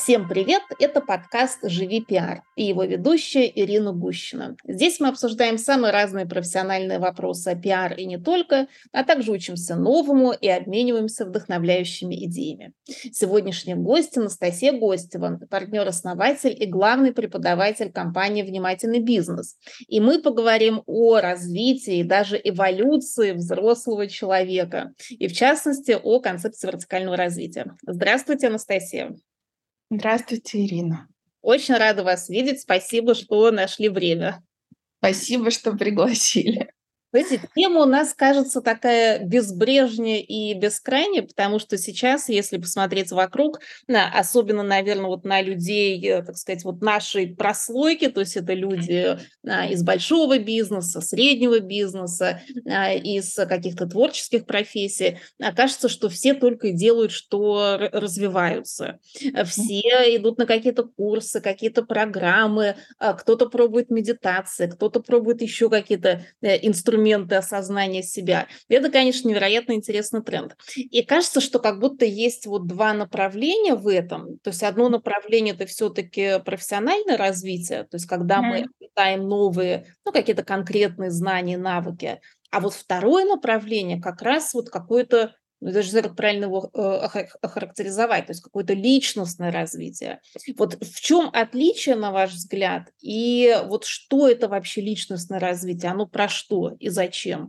Всем привет! Это подкаст «Живи пиар» и его ведущая Ирина Гущина. Здесь мы обсуждаем самые разные профессиональные вопросы о пиар и не только, а также учимся новому и обмениваемся вдохновляющими идеями. Сегодняшняя гостья Анастасия Гостева, партнер-основатель и главный преподаватель компании «Внимательный бизнес». И мы поговорим о развитии и даже эволюции взрослого человека, и в частности о концепции вертикального развития. Здравствуйте, Анастасия! Здравствуйте, Ирина. Очень рада вас видеть. Спасибо, что нашли время. Спасибо, что пригласили. Знаете, тема у нас кажется такая безбрежная и бескрайняя, потому что сейчас, если посмотреть вокруг, особенно, наверное, вот на людей, так сказать, вот нашей прослойки, то есть это люди из большого бизнеса, среднего бизнеса, из каких-то творческих профессий, кажется, что все только и делают, что развиваются. Все идут на какие-то курсы, какие-то программы, кто-то пробует медитации, кто-то пробует еще какие-то инструменты осознания себя. Это, конечно, невероятно интересный тренд. И кажется, что как будто есть вот два направления в этом. То есть одно направление – это все-таки профессиональное развитие, то есть когда мы обретаем новые, какие-то конкретные знания, навыки. А вот второе направление как раз вот какое-то, даже не знаю, как правильно его охарактеризовать, то есть какое-то личностное развитие. Вот в чем отличие, на ваш взгляд, и вот что это вообще личностное развитие? Оно про что и зачем?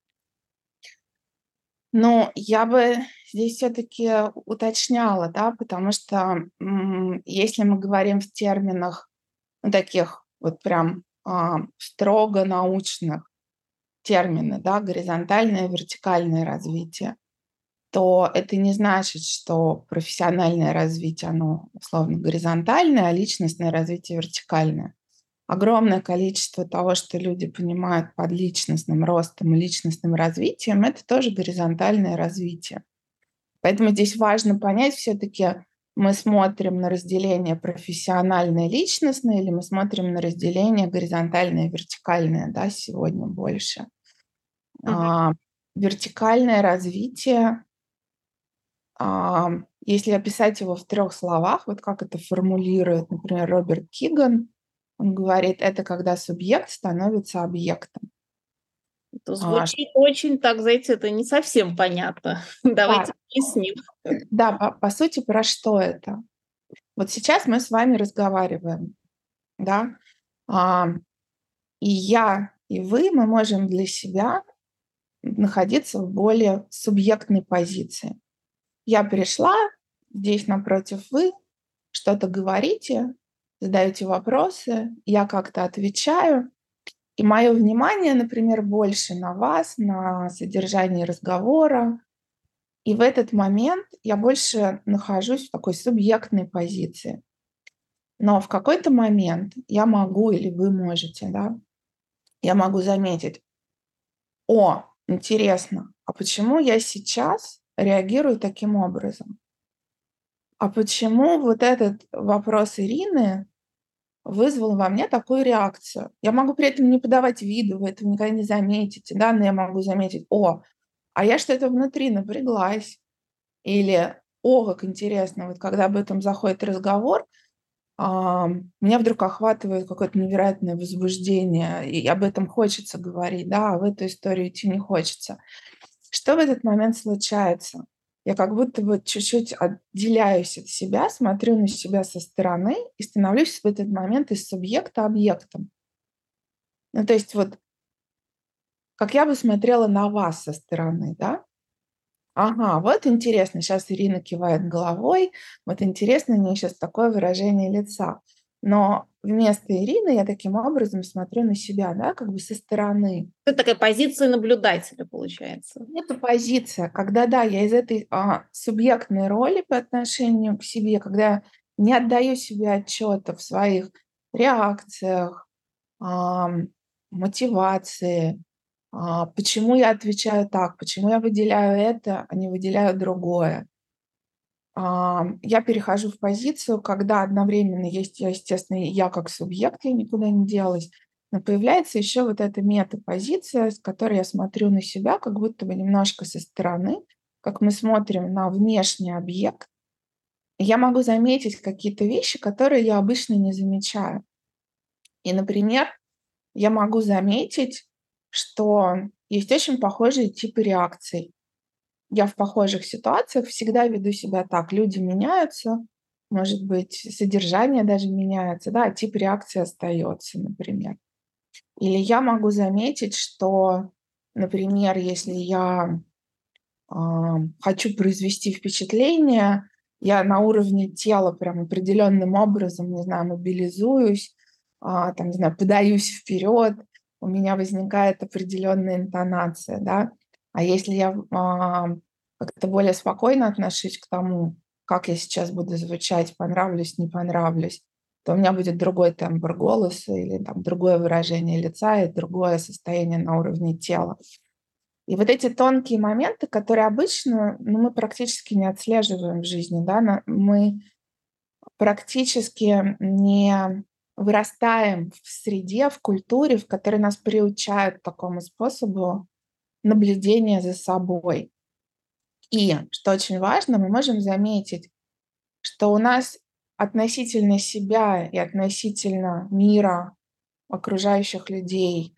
Но я бы здесь все-таки уточняла, да, потому что если мы говорим в терминах таких вот прям строго научных терминов, да, горизонтальное и вертикальное развитие, то это не значит, что профессиональное развитие, оно условно горизонтальное, а личностное развитие вертикальное. Огромное количество того, что люди понимают под личностным ростом и личностным развитием, это тоже горизонтальное развитие. Поэтому здесь важно понять все-таки, мы смотрим на разделение профессиональное и личностное, или мы смотрим на разделение горизонтальное и вертикальное, да, сегодня больше. Вертикальное развитие, если описать его в 3 словах, вот как это формулирует, например, Роберт Киган, он говорит, это когда субъект становится объектом. Это звучит очень так, знаете, это не совсем понятно. Давайте поясним. Да, по сути, про что это? Вот сейчас мы с вами разговариваем, да, и я, и вы, мы можем для себя находиться в более субъектной позиции. Я пришла, здесь напротив вы, что-то говорите, задаете вопросы, я как-то отвечаю, и мое внимание, например, больше на вас, на содержание разговора. И в этот момент я больше нахожусь в такой субъектной позиции. Но в какой-то момент я могу, или вы можете, да, я могу заметить, интересно, а почему я сейчас реагирую таким образом? А почему вот этот вопрос Ирины вызвал во мне такую реакцию? Я могу при этом не подавать виду, вы этого никогда не заметите, да, но я могу заметить, а я что-то внутри напряглась. Или, как интересно, вот когда об этом заходит разговор, меня вдруг охватывает какое-то невероятное возбуждение, и об этом хочется говорить, да, а в эту историю идти не хочется. Что в этот момент случается? Я как будто бы чуть-чуть отделяюсь от себя, смотрю на себя со стороны и становлюсь в этот момент из субъекта объектом. Ну, то есть вот как я бы смотрела на вас со стороны, да? Ага, вот интересно, сейчас Ирина кивает головой, вот интересно, у нее сейчас такое выражение лица. Но вместо Ирины я таким образом смотрю на себя, да, как бы со стороны. Это такая позиция наблюдателя получается. Это позиция, когда, да, я из этой субъектной роли по отношению к себе, когда не отдаю себе отчета в своих реакциях, мотивации, почему я отвечаю так, почему я выделяю это, а не выделяю другое. Я перехожу в позицию, когда одновременно есть я, естественно, я как субъект, я никуда не делась, но появляется еще вот эта метапозиция, с которой я смотрю на себя как будто бы немножко со стороны, как мы смотрим на внешний объект, я могу заметить какие-то вещи, которые я обычно не замечаю. И, например, я могу заметить, что есть очень похожие типы реакций. Я в похожих ситуациях всегда веду себя так. Люди меняются, может быть, содержание даже меняется, да, а тип реакции остается, например. Или я могу заметить, что, например, если я хочу произвести впечатление, я на уровне тела прям определенным образом, не знаю, мобилизуюсь, там, не знаю, подаюсь вперед, у меня возникает определенная интонация, да. А если я как-то более спокойно отношусь к тому, как я сейчас буду звучать, понравлюсь, не понравлюсь, то у меня будет другой тембр голоса или там другое выражение лица и другое состояние на уровне тела. И вот эти тонкие моменты, которые обычно, ну, мы практически не отслеживаем в жизни, да, мы практически не вырастаем в среде, в культуре, в которой нас приучают к такому способу наблюдения за собой. И, что очень важно, мы можем заметить, что у нас относительно себя и относительно мира, окружающих людей,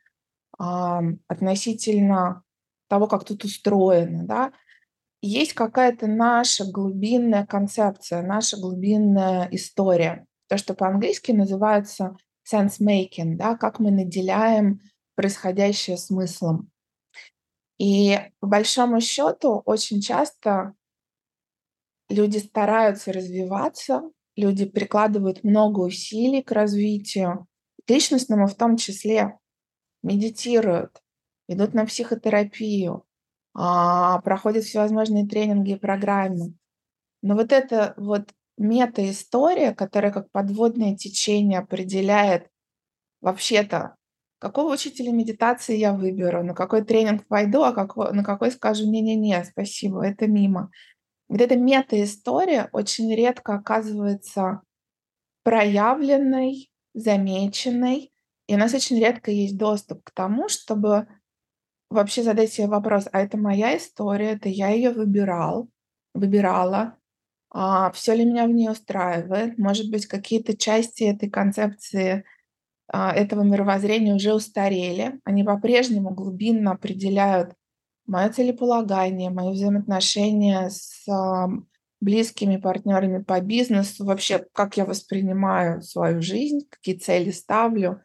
относительно того, как тут устроено, да, есть какая-то наша глубинная концепция, наша глубинная история. То, что по-английски называется sense making, да, как мы наделяем происходящее смыслом. И по большому счету очень часто люди стараются развиваться, люди прикладывают много усилий к развитию, к личностному в том числе, медитируют, идут на психотерапию, проходят всевозможные тренинги и программы. Но вот эта вот мета-история, которая как подводное течение определяет вообще-то, какого учителя медитации я выберу, на какой тренинг пойду, на какой скажу не-не-не, спасибо, это мимо. Вот эта мета-история очень редко оказывается проявленной, замеченной, и у нас очень редко есть доступ к тому, чтобы вообще задать себе вопрос: а это моя история, это я ее выбирала, все ли меня в ней устраивает? Может быть, какие-то части этой концепции, этого мировоззрения уже устарели. Они по-прежнему глубинно определяют мое целеполагание, мои взаимоотношения с, близкими партнерами по бизнесу, вообще, как я воспринимаю свою жизнь, какие цели ставлю.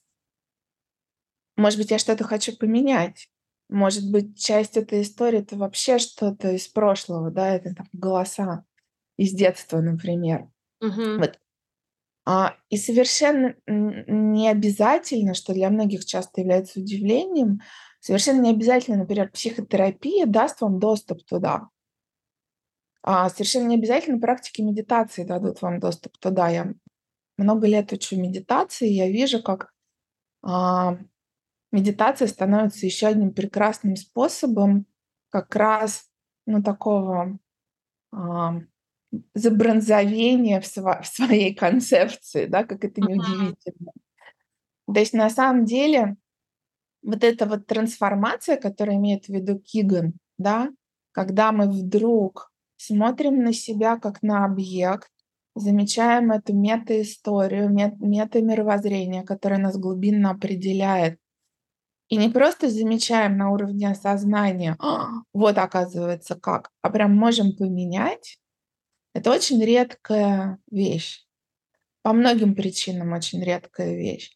Может быть, я что-то хочу поменять. Может быть, часть этой истории — это вообще что-то из прошлого, да, это там голоса из детства, например. Мгм. Вот. И совершенно не обязательно, что для многих часто является удивлением, совершенно не обязательно, например, психотерапия даст вам доступ туда. Совершенно не обязательно практики медитации дадут вам доступ туда. Я много лет учу медитации, я вижу, как а, медитация становится еще одним прекрасным способом как раз, ну, такого а, забронзовения в своей концепции, да, как это Мгм. неудивительно. То есть на самом деле вот эта вот трансформация, которую имеет в виду Киган, да, когда мы вдруг смотрим на себя как на объект, замечаем эту мета-историю, мета-мировоззрение, которое нас глубинно определяет, и не просто замечаем на уровне осознания: вот оказывается как, а прям можем поменять. Это очень редкая вещь. По многим причинам очень редкая вещь.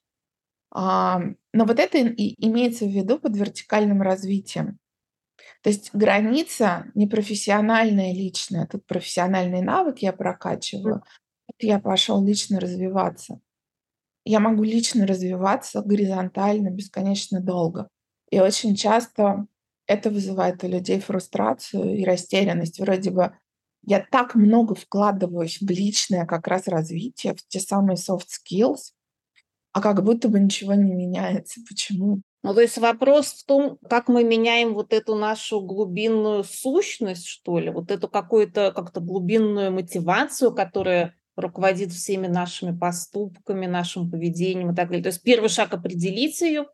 Но вот это и имеется в виду под вертикальным развитием. То есть граница не профессиональная, личная. Тут профессиональный навык я прокачиваю, тут я пошел лично развиваться. Я могу лично развиваться горизонтально бесконечно долго. И очень часто это вызывает у людей фрустрацию и растерянность. Вроде бы я так много вкладываюсь в личное как раз развитие, в те самые soft skills, а как будто бы ничего не меняется. Почему? Ну, то есть вопрос в том, как мы меняем вот эту нашу глубинную сущность, что ли, вот эту какую-то как-то глубинную мотивацию, которая руководит всеми нашими поступками, нашим поведением и так далее. То есть первый шаг — определить ее,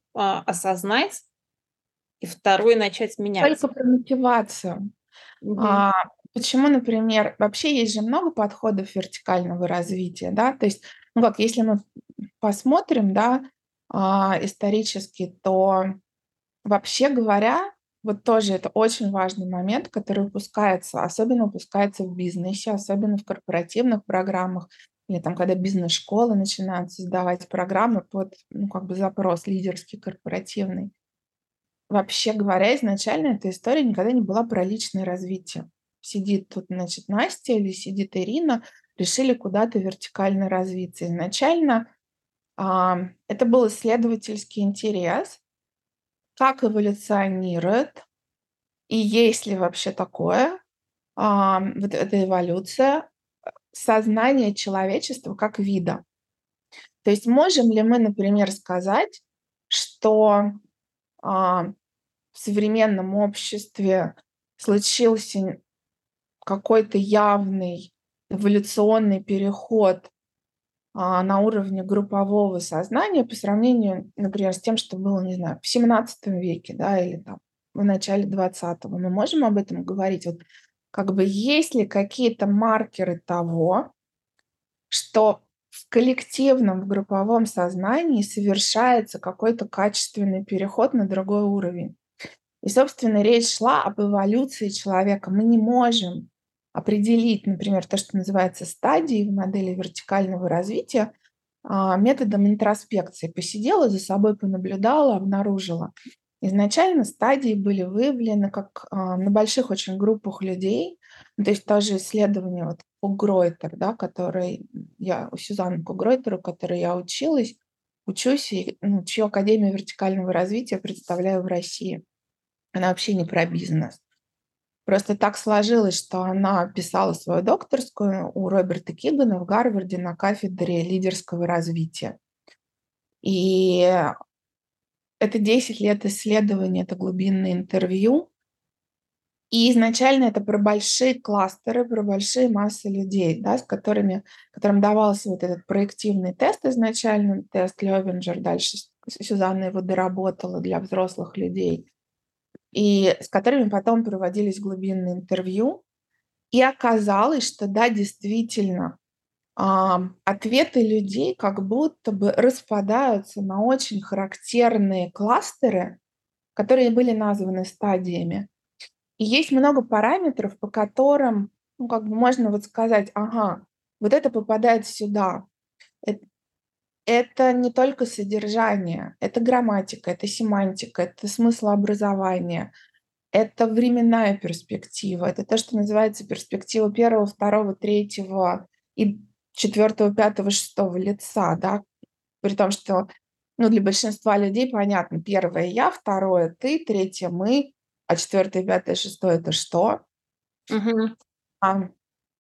осознать, и второй — начать менять. Только про мотивацию. Мгм. А, Почему, например, вообще есть же много подходов вертикального развития, да, то есть, ну как, если мы посмотрим, да, исторически, то вообще говоря, вот тоже это очень важный момент, который упускается, особенно упускается в бизнесе, особенно в корпоративных программах, или там, когда бизнес-школы начинают создавать программы под, ну, как бы запрос лидерский, корпоративный. Вообще говоря, изначально эта история никогда не была про личное развитие. Сидит тут, значит, Настя или сидит Ирина, решили куда-то вертикально развиться. Изначально это был исследовательский интерес, как эволюционирует и есть ли вообще такое, вот эта эволюция, сознание человечества как вида. То есть можем ли мы, например, сказать, что а, в современном обществе случился какой-то явный эволюционный переход на уровне группового сознания по сравнению, например, с тем, что было, не знаю, в XVII веке, да, или там в начале XX. Мы можем об этом говорить? Вот как бы есть ли какие-то маркеры того, что в коллективном, в групповом сознании совершается какой-то качественный переход на другой уровень? И, собственно, речь шла об эволюции человека. Мы не можем определить, например, то, что называется стадией в модели вертикального развития, методом интроспекции. Посидела за собой, понаблюдала, обнаружила. Изначально стадии были выявлены как на больших очень группах людей. Ну, то есть тоже исследование вот Кугройтер, да, который я у Сюзанны Кугройтер, у которой я учусь, и ну, чью Академию вертикального развития представляю в России. Она вообще не про бизнес. Просто так сложилось, что она писала свою докторскую у Роберта Кигана в Гарварде на кафедре лидерского развития. И это 10 лет исследований, это глубинное интервью. И изначально это про большие кластеры, про большие массы людей, да, которым давался вот этот проективный тест изначально, тест Лёвинджер, дальше Сюзанна его доработала для взрослых людей, и с которыми потом проводились глубинные интервью. И оказалось, что да, действительно, ответы людей как будто бы распадаются на очень характерные кластеры, которые были названы стадиями. И есть много параметров, по которым, ну, как бы можно вот сказать: ага, вот это попадает сюда. Эт Это не только содержание, это грамматика, это семантика, это смыслообразование, это временная перспектива, это то, что называется перспектива первого, второго, третьего и четвертого, пятого, шестого лица, да. При том, что, ну, для большинства людей понятно: первое я, второе ты, третье мы, а четвертое, пятое, шестое это что? Мгм. Ам,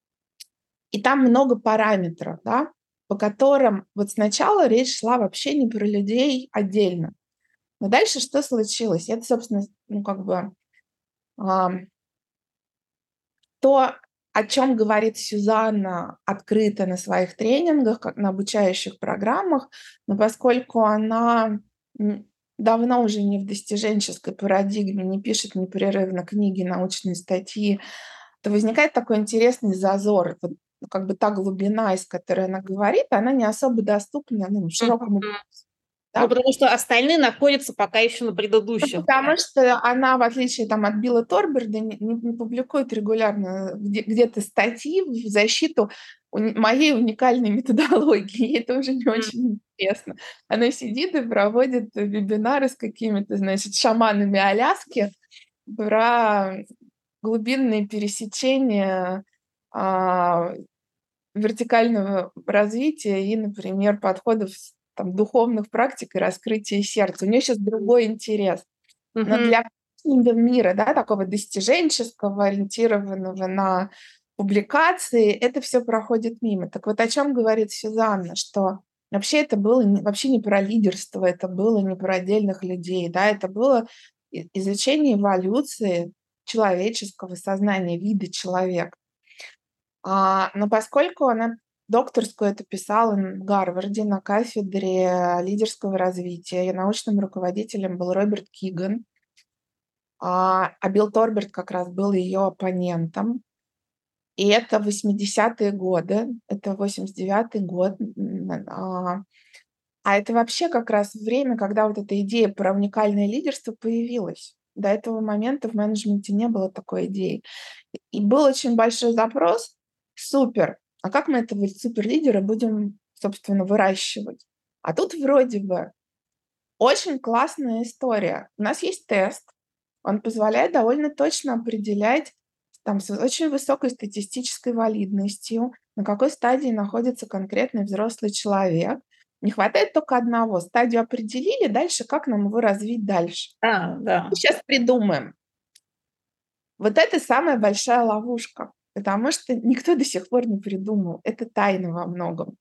и там много параметров, да, по которым вот сначала речь шла вообще не про людей отдельно. Но дальше что случилось? Это, собственно, ну, как бы, ам, то, о чем говорит Сюзанна открыто на своих тренингах, как на обучающих программах, но поскольку она давно уже не в достиженческой парадигме, не пишет непрерывно книги, научные статьи, то возникает такой интересный зазор. Вот, ну, как бы та глубина, из которой она говорит, она не особо доступна, ну, широкому, Мгм. Ну, да. потому что остальные находятся пока еще на Ну, предыдущих. потому что она, в отличие там от Билла Торберда, не публикует регулярно где-то статьи в защиту моей уникальной методологии. Ей это уже не М. очень интересно. Она сидит и проводит вебинары с какими-то, значит, шаманами Аляски про глубинные пересечения а, вертикального развития и, например, подходов там, духовных практик и раскрытия сердца. У нее сейчас другой интерес. Но Мгм. для мира, да, такого достиженческого, ориентированного на публикации, это все проходит мимо. Так вот о чем говорит Сюзанна, что вообще это было вообще не про лидерство, это было не про отдельных людей, да, это было изучение эволюции человеческого сознания, вида человека. Но поскольку она докторскую это писала в Гарварде на кафедре лидерского развития, и научным руководителем был Роберт Киган, Билл Торберт как раз был ее оппонентом. И это 80-е годы, это 89-й год. А это вообще как раз время, когда вот эта идея про уникальное лидерство появилась. До этого момента в менеджменте не было такой идеи. И был очень большой запрос: супер, а как мы этого суперлидера будем, собственно, выращивать? А тут вроде бы очень классная история. У нас есть тест, он позволяет довольно точно определять там с очень высокой статистической валидностью, на какой стадии находится конкретный взрослый человек. Не хватает только одного. Стадию определили, дальше как нам его развить дальше? Да. Сейчас придумаем. Вот это самая большая ловушка, потому что никто до сих пор не придумал. Это тайна во многом.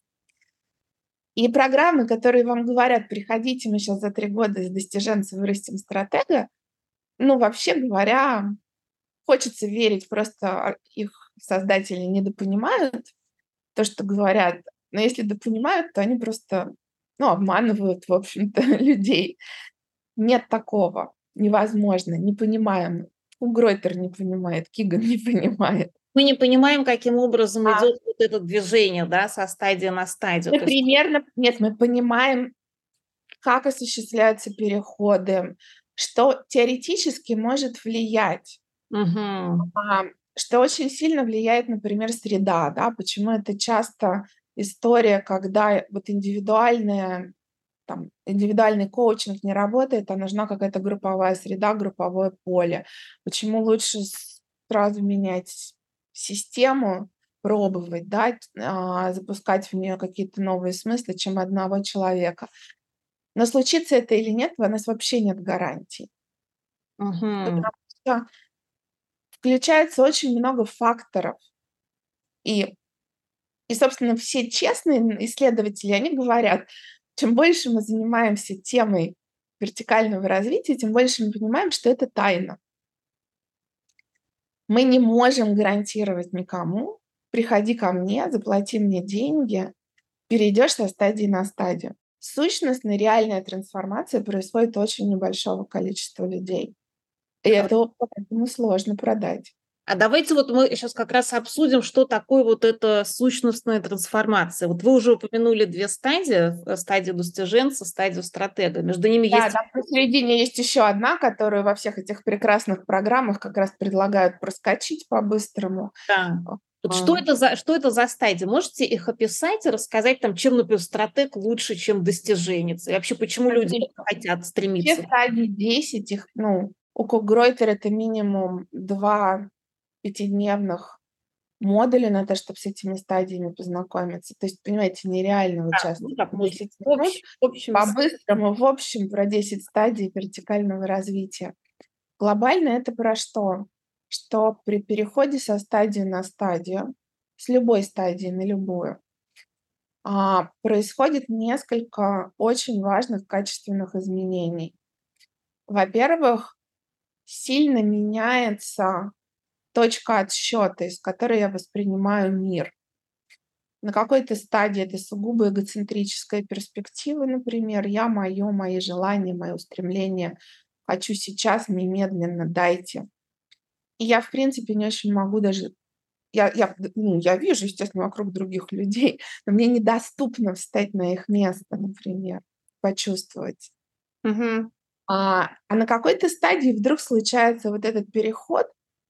И программы, которые вам говорят: приходите, мы сейчас за 3 года из достиженца вырастим стратега, ну, вообще говоря, хочется верить, просто их создатели недопонимают то, что говорят. Но если допонимают, то они просто, ну, обманывают, в общем-то, людей. Нет такого. Невозможно. Не понимаем. Гройтер не понимает, Киган не понимает. Мы не понимаем, каким образом А идет вот это движение, да, со стадии на стадию. мы То есть примерно нет, мы понимаем, как осуществляются переходы, что теоретически может влиять. мгм. А, что очень сильно влияет, например, среда, да. Почему это часто история, когда вот индивидуальный коучинг не работает, а нужна какая-то групповая среда, групповое поле. Почему лучше сразу менять систему, пробовать, да, запускать в нее какие-то новые смыслы, чем одного человека. Но случится это или нет, у нас вообще нет гарантий. Мгм. Потому что включается очень много факторов. И собственно, все честные исследователи, они говорят, чем больше мы занимаемся темой вертикального развития, тем больше мы понимаем, что это тайна. Мы не можем гарантировать никому: приходи ко мне, заплати мне деньги, перейдешь со стадии на стадию. Сущностно реальная трансформация происходит у очень небольшого количества людей. И это поэтому сложно продать. А давайте вот мы сейчас как раз обсудим, что такое вот эта сущностная трансформация. Вот вы уже упомянули 2 стадии: стадию достиженца, стадию стратега. Между ними Да, есть там посередине есть еще одна, которую во всех этих прекрасных программах как раз предлагают проскочить по-быстрому. да. Вот А, что это за стадии? Можете их описать и рассказать, там, чем, например, стратег лучше, чем достиженец? И вообще, почему люди Смотрите, хотят все стремиться? стадии 10, их, ну, у Когройтера это минимум 2 пятидневных модуля на то, чтобы с этими стадиями познакомиться. То есть, понимаете, нереально вот щас Ну, так, может, 10 в минут общем по-быстрому, в общем, про 10 стадий вертикального развития. Глобально это про что? Что при переходе со стадии на стадию, с любой стадии на любую, происходит несколько очень важных качественных изменений. Во-первых, сильно меняется точка отсчета, из которой я воспринимаю мир. На какой-то стадии это сугубо эгоцентрическая перспектива, например: я, моё, мои желания, мои устремления, хочу сейчас, немедленно, дайте. И я, в принципе, не очень могу даже я вижу, естественно, вокруг других людей, но мне недоступно встать на их место, например, почувствовать. Мгм. А на какой-то стадии вдруг случается вот этот переход,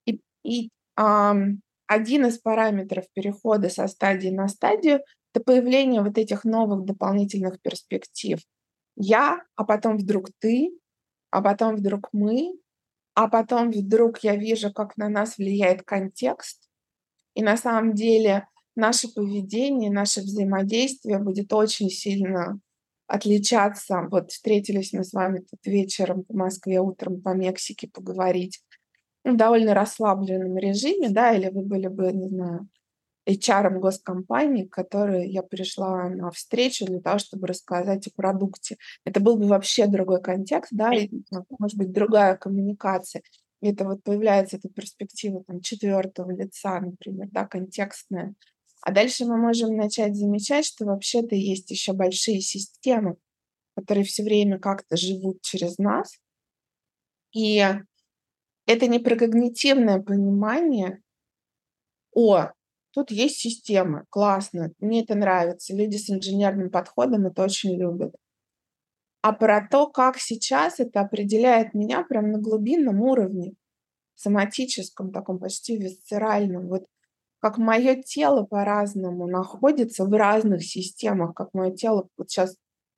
и один из параметров перехода со стадии на стадию — это появление вот этих новых дополнительных перспектив. Я, а потом вдруг ты, а потом вдруг мы, а потом вдруг я вижу, как на нас влияет контекст. И на самом деле наше поведение, наше взаимодействие будет очень сильно отличаться. Вот встретились мы с вами тут вечером по Москве, утром по Мексике поговорить, в довольно расслабленном режиме, да, или вы были бы, не знаю, HR госкомпании, к которой я пришла на встречу для того, чтобы рассказать о продукте. Это был бы вообще другой контекст, да, и, может быть, другая коммуникация. И это вот появляется эта перспектива там четвертого лица, например, да, контекстная. А дальше мы можем начать замечать, что вообще-то есть еще большие системы, которые все время как-то живут через нас. И это не про когнитивное понимание, о, тут есть система, классно, мне это нравится, люди с инженерным подходом это очень любят. А про то, как сейчас это определяет меня прям на глубинном уровне, соматическом, таком почти висцеральном. Вот как мое тело по-разному находится в разных системах, как мое тело вот сейчас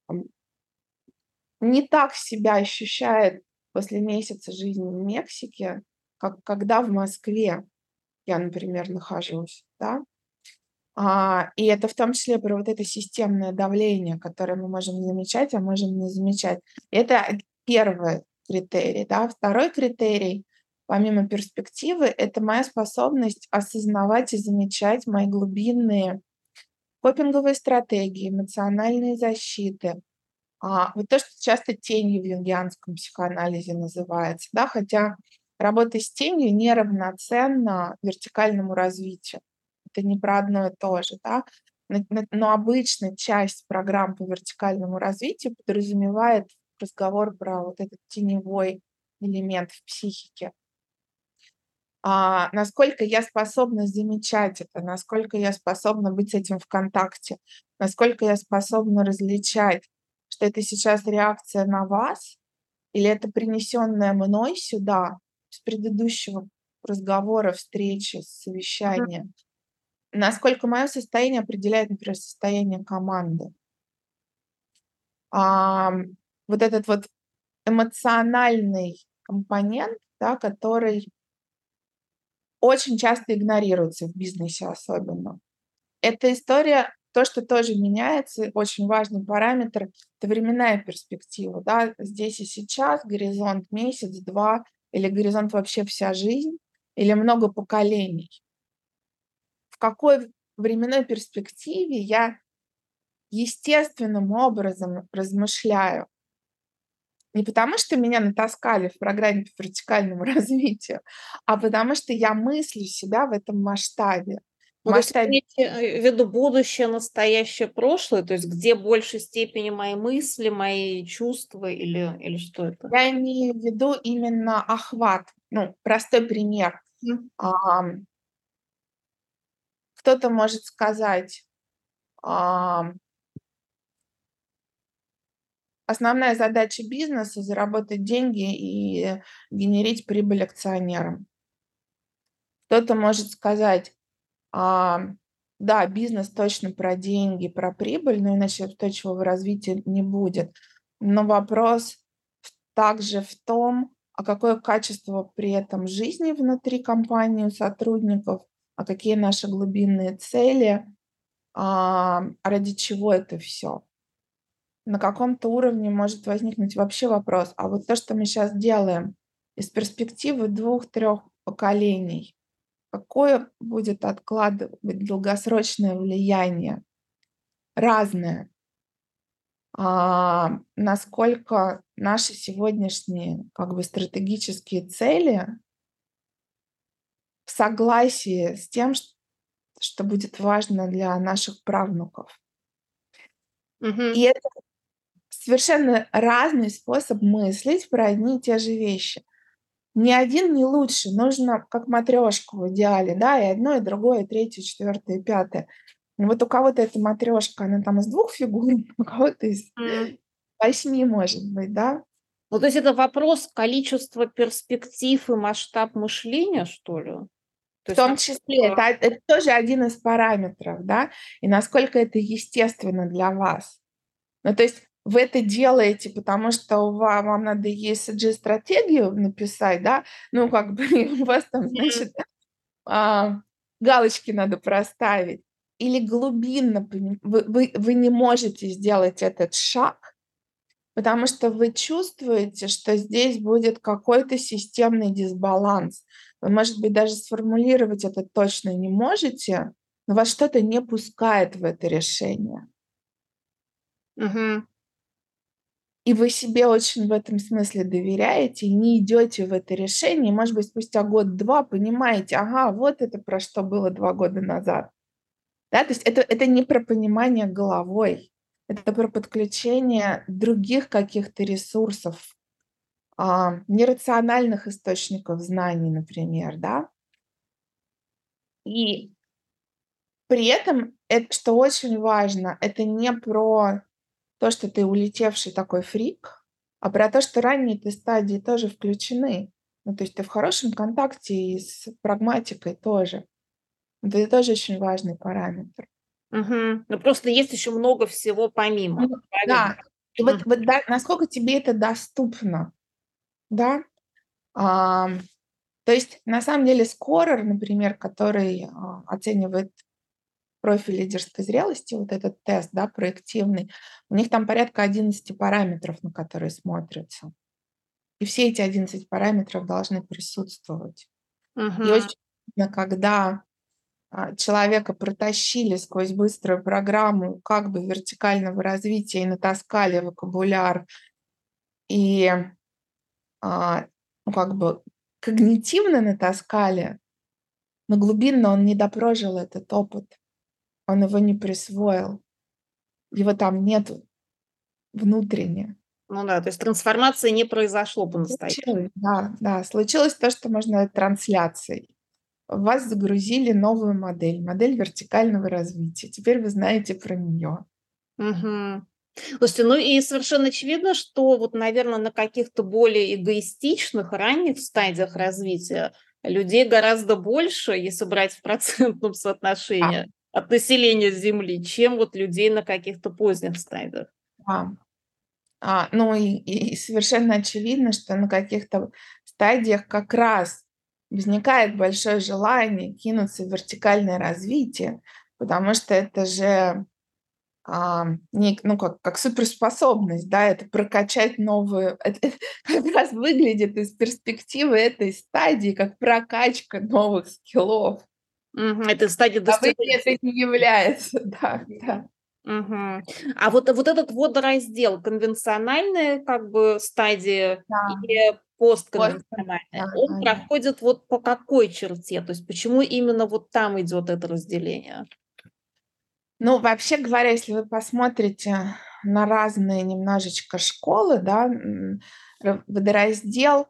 не так себя ощущает после месяца жизни в Мексике, как когда в Москве я, например, нахожусь, да. И это в том числе про вот это системное давление, которое мы можем замечать, а можем не замечать. Это первый критерий, да. Второй критерий, помимо перспективы, это моя способность осознавать и замечать мои глубинные копинговые стратегии, эмоциональные защиты. Вот то, что часто тенью в юнгианском психоанализе называется, да, хотя работа с тенью неравноценна вертикальному развитию. Это не про одно и то же, да. Но обычно часть программ по вертикальному развитию подразумевает разговор про вот этот теневой элемент в психике. Насколько я способна замечать это, насколько я способна быть с этим в контакте, насколько я способна различать, что это сейчас реакция на вас или это принесенное мной сюда с предыдущего разговора, встречи, Мгм. совещания. Насколько мое состояние определяет, например, состояние команды. Вот этот вот эмоциональный компонент, да, который очень часто игнорируется в бизнесе особенно. Эта история, то, что тоже меняется, очень важный параметр — это временная перспектива, да. Здесь и сейчас, горизонт месяц, 2 или горизонт вообще вся жизнь, или много поколений. В какой временной перспективе я естественным образом размышляю. Не потому, что меня натаскали в программе по вертикальному развитию, а потому что я мыслю себя в этом масштабе. В Ну, то есть масштабе имеете, в виду будущее, настоящее, прошлое? То есть где в большей степени мои мысли, мои чувства или что это? я имею в виду именно охват. Ну, простой пример. Мгм. Ам, Кто-то может сказать, ам, основная задача бизнеса — заработать деньги и генерить прибыль акционерам. Кто-то может сказать, А, да, бизнес точно про деньги, про прибыль, но иначе устойчивого развития не будет. Но вопрос также в том, а какое качество при этом жизни внутри компании у сотрудников, а какие наши глубинные цели, ради чего это все. На каком-то уровне может возникнуть вообще вопрос, а вот то, что мы сейчас делаем из перспективы 2-3 поколений, какое будет откладывать долгосрочное влияние? Разное. Насколько наши сегодняшние как бы стратегические цели в согласии с тем, что будет важно для наших правнуков. И Мгм. это совершенно разный способ мыслить про одни и те же вещи. Ни один не лучше, нужно как матрешку в идеале, да, и одно, и другое, и третье, и четвертое, и пятое. Вот у кого-то эта матрешка, она там из 2 фигур, у кого-то из М. 8 может быть, да. Ну, то есть это вопрос количества перспектив и масштаб мышления, что ли? То В есть том числе насколько. это тоже один из параметров, да, и насколько это естественно для вас. Ну, то есть вы это делаете, потому что вам надо ESG-стратегию написать, да, ну, как бы у вас там, Мгм. значит, а, галочки надо проставить. Или глубинно вы не можете сделать этот шаг, потому что вы чувствуете, что здесь будет какой-то системный дисбаланс. Вы, может быть, даже сформулировать это точно не можете, но вас что-то не пускает в это решение. Мгм. И вы себе очень в этом смысле доверяете и не идете в это решение. И, может быть, спустя год-два понимаете: ага, вот это про что было 2 года назад. Да, то есть это не про понимание головой, это про подключение других каких-то ресурсов, нерациональных источников знаний, например, да. И при этом, что очень важно, это не про то, что ты улетевший такой фрик, а про то, что ранние-то стадии тоже включены. Ну, то есть ты в хорошем контакте и с прагматикой тоже. Это тоже очень важный параметр. Ну, просто есть еще много всего Ну помимо, правильно? да. И вот да, насколько тебе это доступно, да? Ам, То есть на самом деле скорер, например, который, оценивает профиль лидерской зрелости, вот этот тест, да, проективный, у них там порядка 11 параметров, на которые смотрятся. И все эти 11 параметров должны присутствовать. И Мгм. очень видно, когда, человека протащили сквозь быструю программу как бы вертикального развития и натаскали вокабуляр, и, ну, как бы когнитивно натаскали, но глубинно он не допрожил этот опыт, он его не присвоил, его там нету внутренне. Ну да, то есть трансформации не произошло по-настоящему. Случилось, да, да, случилось то, что можно назвать трансляцией. В вас загрузили новую модель, модель вертикального развития. Теперь вы знаете про нее. Мгм. Слушайте, ну и совершенно очевидно, что вот, наверное, на каких-то более эгоистичных ранних стадиях развития людей гораздо больше, если брать в процентном Да, соотношении от населения Земли, чем вот людей на каких-то поздних стадиях. да. Ну и совершенно очевидно, что на каких-то стадиях как раз возникает большое желание кинуться в вертикальное развитие, потому что это же ну, как суперспособность, да, это прокачать новую, это как раз выглядит из перспективы этой стадии как прокачка новых скиллов. Это стадия А в итоге достижения. это не является, да, да. Мгм. А вот этот водораздел, конвенциональная как бы стадия Да, или вот, постконвенциональная, он да. проходит вот по какой черте? То есть почему именно вот там идет это разделение? Ну, вообще говоря, если вы посмотрите на разные немножечко школы, да, водораздел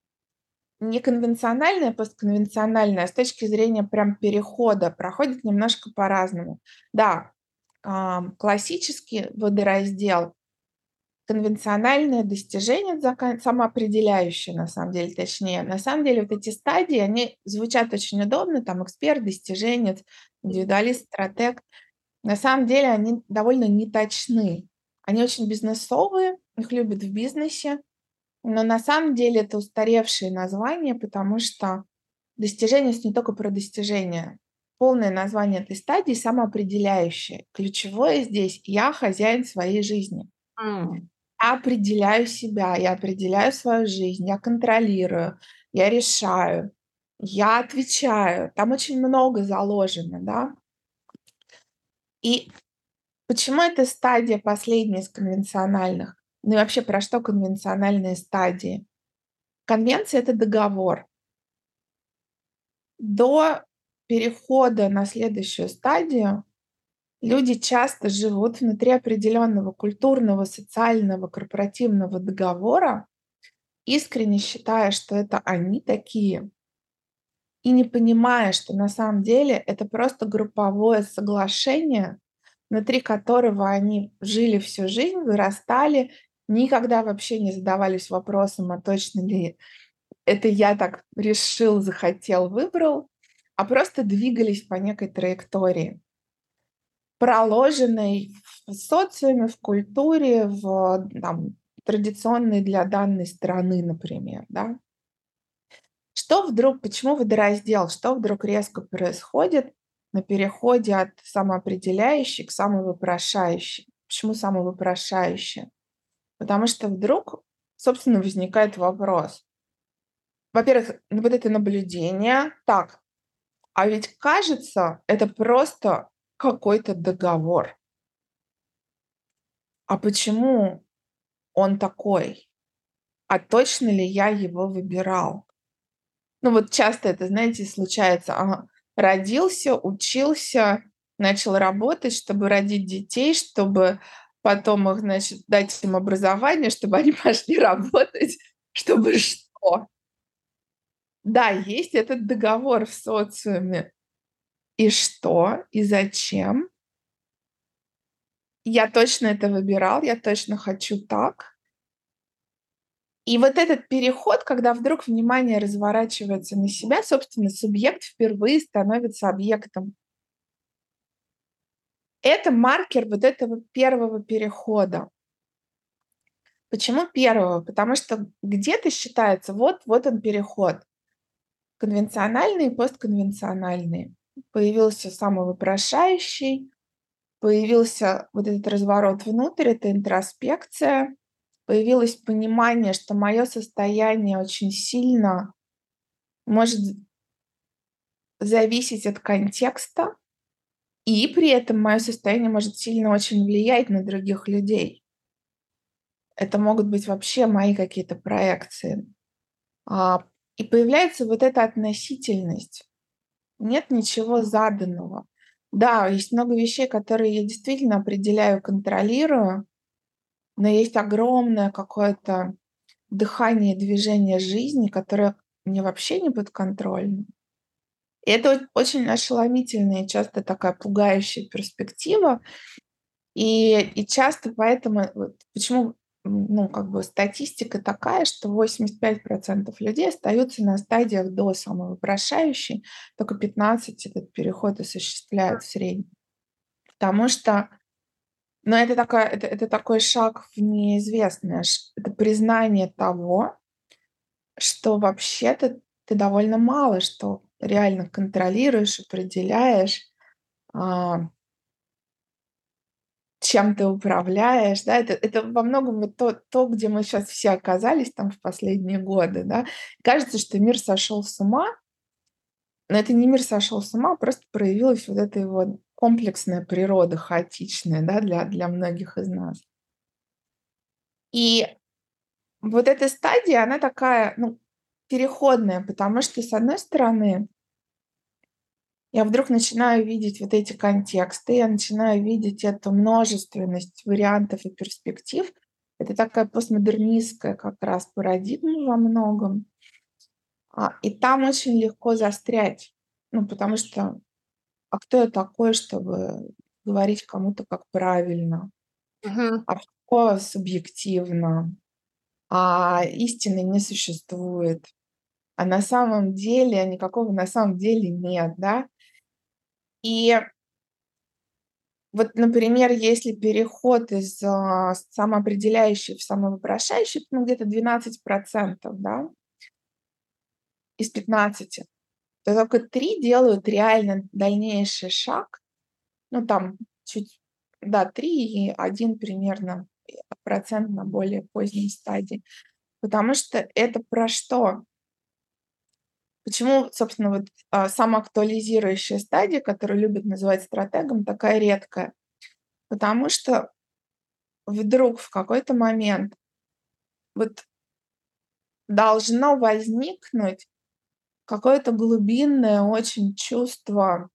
не конвенциональный, а постконвенциональный, а с точки зрения прям перехода проходит немножко по-разному. Да, классический водораздел, конвенциональное достижение самоопределяющее, на самом деле, точнее. На самом деле вот эти стадии, они звучат очень удобно, там эксперт, достиженец, индивидуалист, стратег. На самом деле они довольно неточны. Они очень бизнесовые, их любят в бизнесе, но на самом деле это устаревшие названия, потому что достижение не только про достижения. Полное название этой стадии самоопределяющее. Ключевое здесь: я хозяин своей жизни. М, Я определяю себя, я определяю свою жизнь, я контролирую, я решаю, я отвечаю. Там очень много заложено, да. И почему эта стадия последняя из конвенциональных? Ну и вообще, про что конвенциональные стадии? Конвенция — это договор. До перехода на следующую стадию люди часто живут внутри определенного культурного, социального, корпоративного договора, искренне считая, что это они такие, и не понимая, что на самом деле это просто групповое соглашение, внутри которого они жили всю жизнь, вырастали, никогда вообще не задавались вопросом, а точно ли это я так решил, захотел, выбрал, а просто двигались по некой траектории, проложенной в социуме, в культуре, в там, традиционной для данной страны, например, да. Что вдруг, почему водораздел, что вдруг резко происходит на переходе от самоопределяющей к самовопрошающей? Почему самовопрошающей? Потому что вдруг, собственно, возникает вопрос. Во-первых, вот это наблюдение. Так, а ведь кажется, это просто какой-то договор. А почему он такой? А точно ли я его выбирал? Ну, вот часто это, знаете, случается. Ага, родился, учился, начал работать, чтобы родить детей, чтобы потом их, значит, дать им образование, чтобы они пошли работать, чтобы что? Да, есть этот договор в социуме, и что, и зачем. Я точно это выбирал, я точно хочу так. И вот этот переход, когда вдруг внимание разворачивается на себя, собственно, субъект впервые становится объектом. Это маркер вот этого первого перехода. Почему первого? Потому что где-то считается, вот он переход. Конвенциональный и постконвенциональный. Появился самовопрошающий, появился вот этот разворот внутрь, это интроспекция, появилось понимание, что мое состояние очень сильно может зависеть от контекста, и при этом мое состояние может сильно очень влиять на других людей. Это могут быть вообще мои какие-то проекции. А, и появляется вот эта относительность. Нет ничего заданного. Да, есть много вещей, которые я действительно определяю, контролирую, но есть огромное какое-то дыхание и движение жизни, которое мне вообще не подконтрольно. И это очень ошеломительная и часто такая пугающая перспектива. И часто поэтому вот почему, ну, как бы статистика такая, что 85% людей остаются на стадиях до самовопрошающей, только 15 этот переход осуществляют в среднем. Потому что, ну, это такой шаг в неизвестное, это признание того, что вообще-то ты довольно мало что реально контролируешь, определяешь, а, чем ты управляешь, да. Это во многом вот где мы сейчас все оказались там в последние годы, да. Кажется, что мир сошел с ума, но это не мир сошел с ума, просто проявилась вот эта его комплексная природа, хаотичная, да, для многих из нас. И вот эта стадия, она такая, ну, переходная, потому что, с одной стороны, я вдруг начинаю видеть вот эти контексты, я начинаю видеть эту множественность вариантов и перспектив. Это такая постмодернистская как раз парадигма во многом. И там очень легко застрять. Ну, потому что, а кто я такой, чтобы говорить кому-то как правильно? Мгм. А всё субъективно, а истины не существует, а на самом деле никакого на самом деле нет, да? И вот, например, если переход из, самоопределяющей в самовопрошающий, ну, где-то 12%, да, из 15, то только 3 делают реально дальнейший шаг. Ну, там чуть, да, 3 и 1 примерно, процент на более поздней стадии. Потому что это про что? Почему, собственно, вот, самоактуализирующая стадия, которую любят называть стратегом, такая редкая? Потому что вдруг в какой-то момент вот должно возникнуть какое-то глубинное очень чувство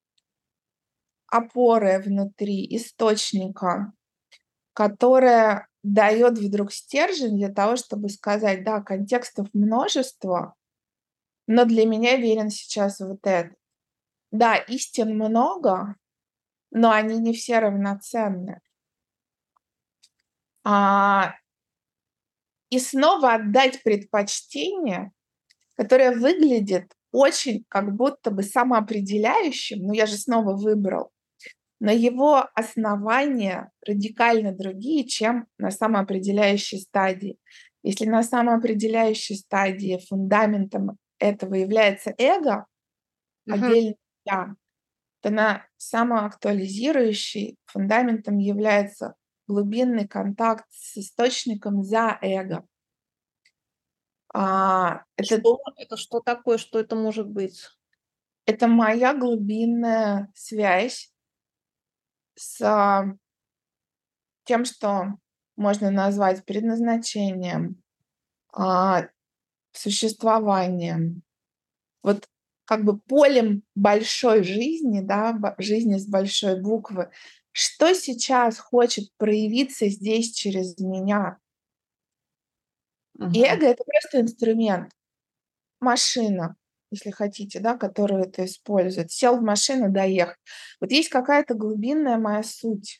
опоры внутри, источника, которое даёт вдруг стержень для того, чтобы сказать: "Да, контекстов множество, но для меня верен сейчас вот этот. Да, истин много, но они не все равноценны". А, и снова отдать предпочтение, которое выглядит очень как будто бы самоопределяющим, ну, я же снова выбрал, но его основания радикально другие, чем на самоопределяющей стадии. Если на самоопределяющей стадии фундаментом этого является эго, Мгм. отдельно я, то на самоактуализирующей фундаментом является глубинный контакт с источником за эго. Это Что это что такое? Что это может быть? это моя глубинная связь с, тем, что можно назвать предназначением, а, существованием. Вот как бы полем большой жизни, да, жизни с большой буквы. Что сейчас хочет проявиться здесь через меня? И Мгм. эго — это просто инструмент, машина. если хотите, да, которую это использует. Сел в машину, доехал. Вот есть какая-то глубинная моя суть.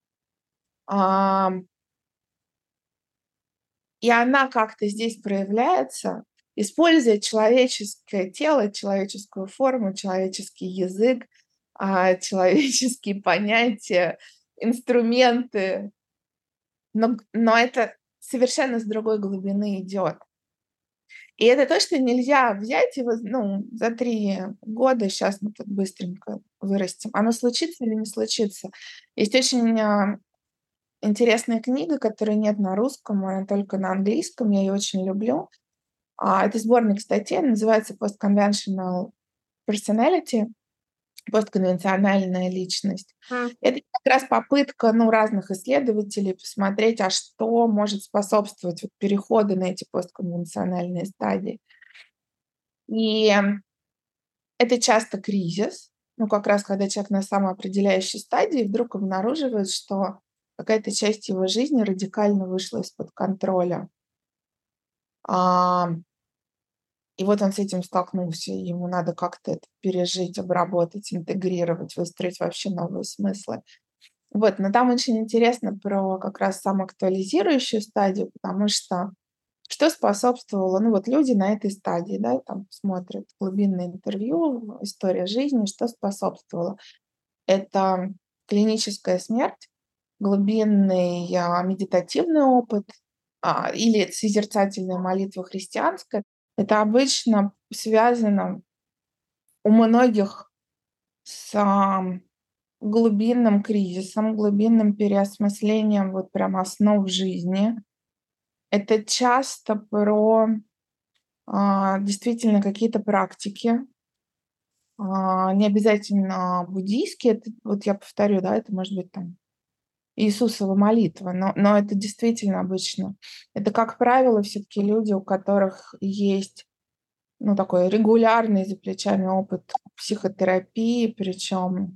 И она как-то здесь проявляется, используя человеческое тело, человеческую форму, человеческий язык, человеческие понятия, инструменты. Но это совершенно с другой глубины идет. И это то, что нельзя взять и за 3 года сейчас мы тут быстренько вырастем. Оно случится или не случится? Есть очень интересная книга, которой нет на русском, она только на английском, я ее очень люблю. Это сборник статей, называется "Post-Conventional Personality", постконвенциональная личность. Это как раз попытка, разных исследователей посмотреть, что может способствовать переходу на эти постконвенциональные стадии. И это часто кризис, как раз когда человек на самоопределяющей стадии вдруг обнаруживает, что какая-то часть его жизни радикально вышла из-под контроля. И вот он с этим столкнулся, и ему надо как-то это пережить, обработать, интегрировать, выстроить вообще новые смыслы. Но там очень интересно про как раз самоактуализирующую стадию, потому что способствовало, люди на этой стадии, да, там смотрят глубинное интервью, история жизни, что способствовало. Это клиническая смерть, глубинный медитативный опыт или созерцательная молитва христианская. Это обычно связано у многих с глубинным кризисом, глубинным переосмыслением прям основ жизни. Это часто про действительно какие-то практики, не обязательно буддийские. Это, я повторю, да, это может быть там Иисусова молитва, но это действительно обычно. Это, как правило, все-таки люди, у которых есть такой регулярный за плечами опыт психотерапии, причем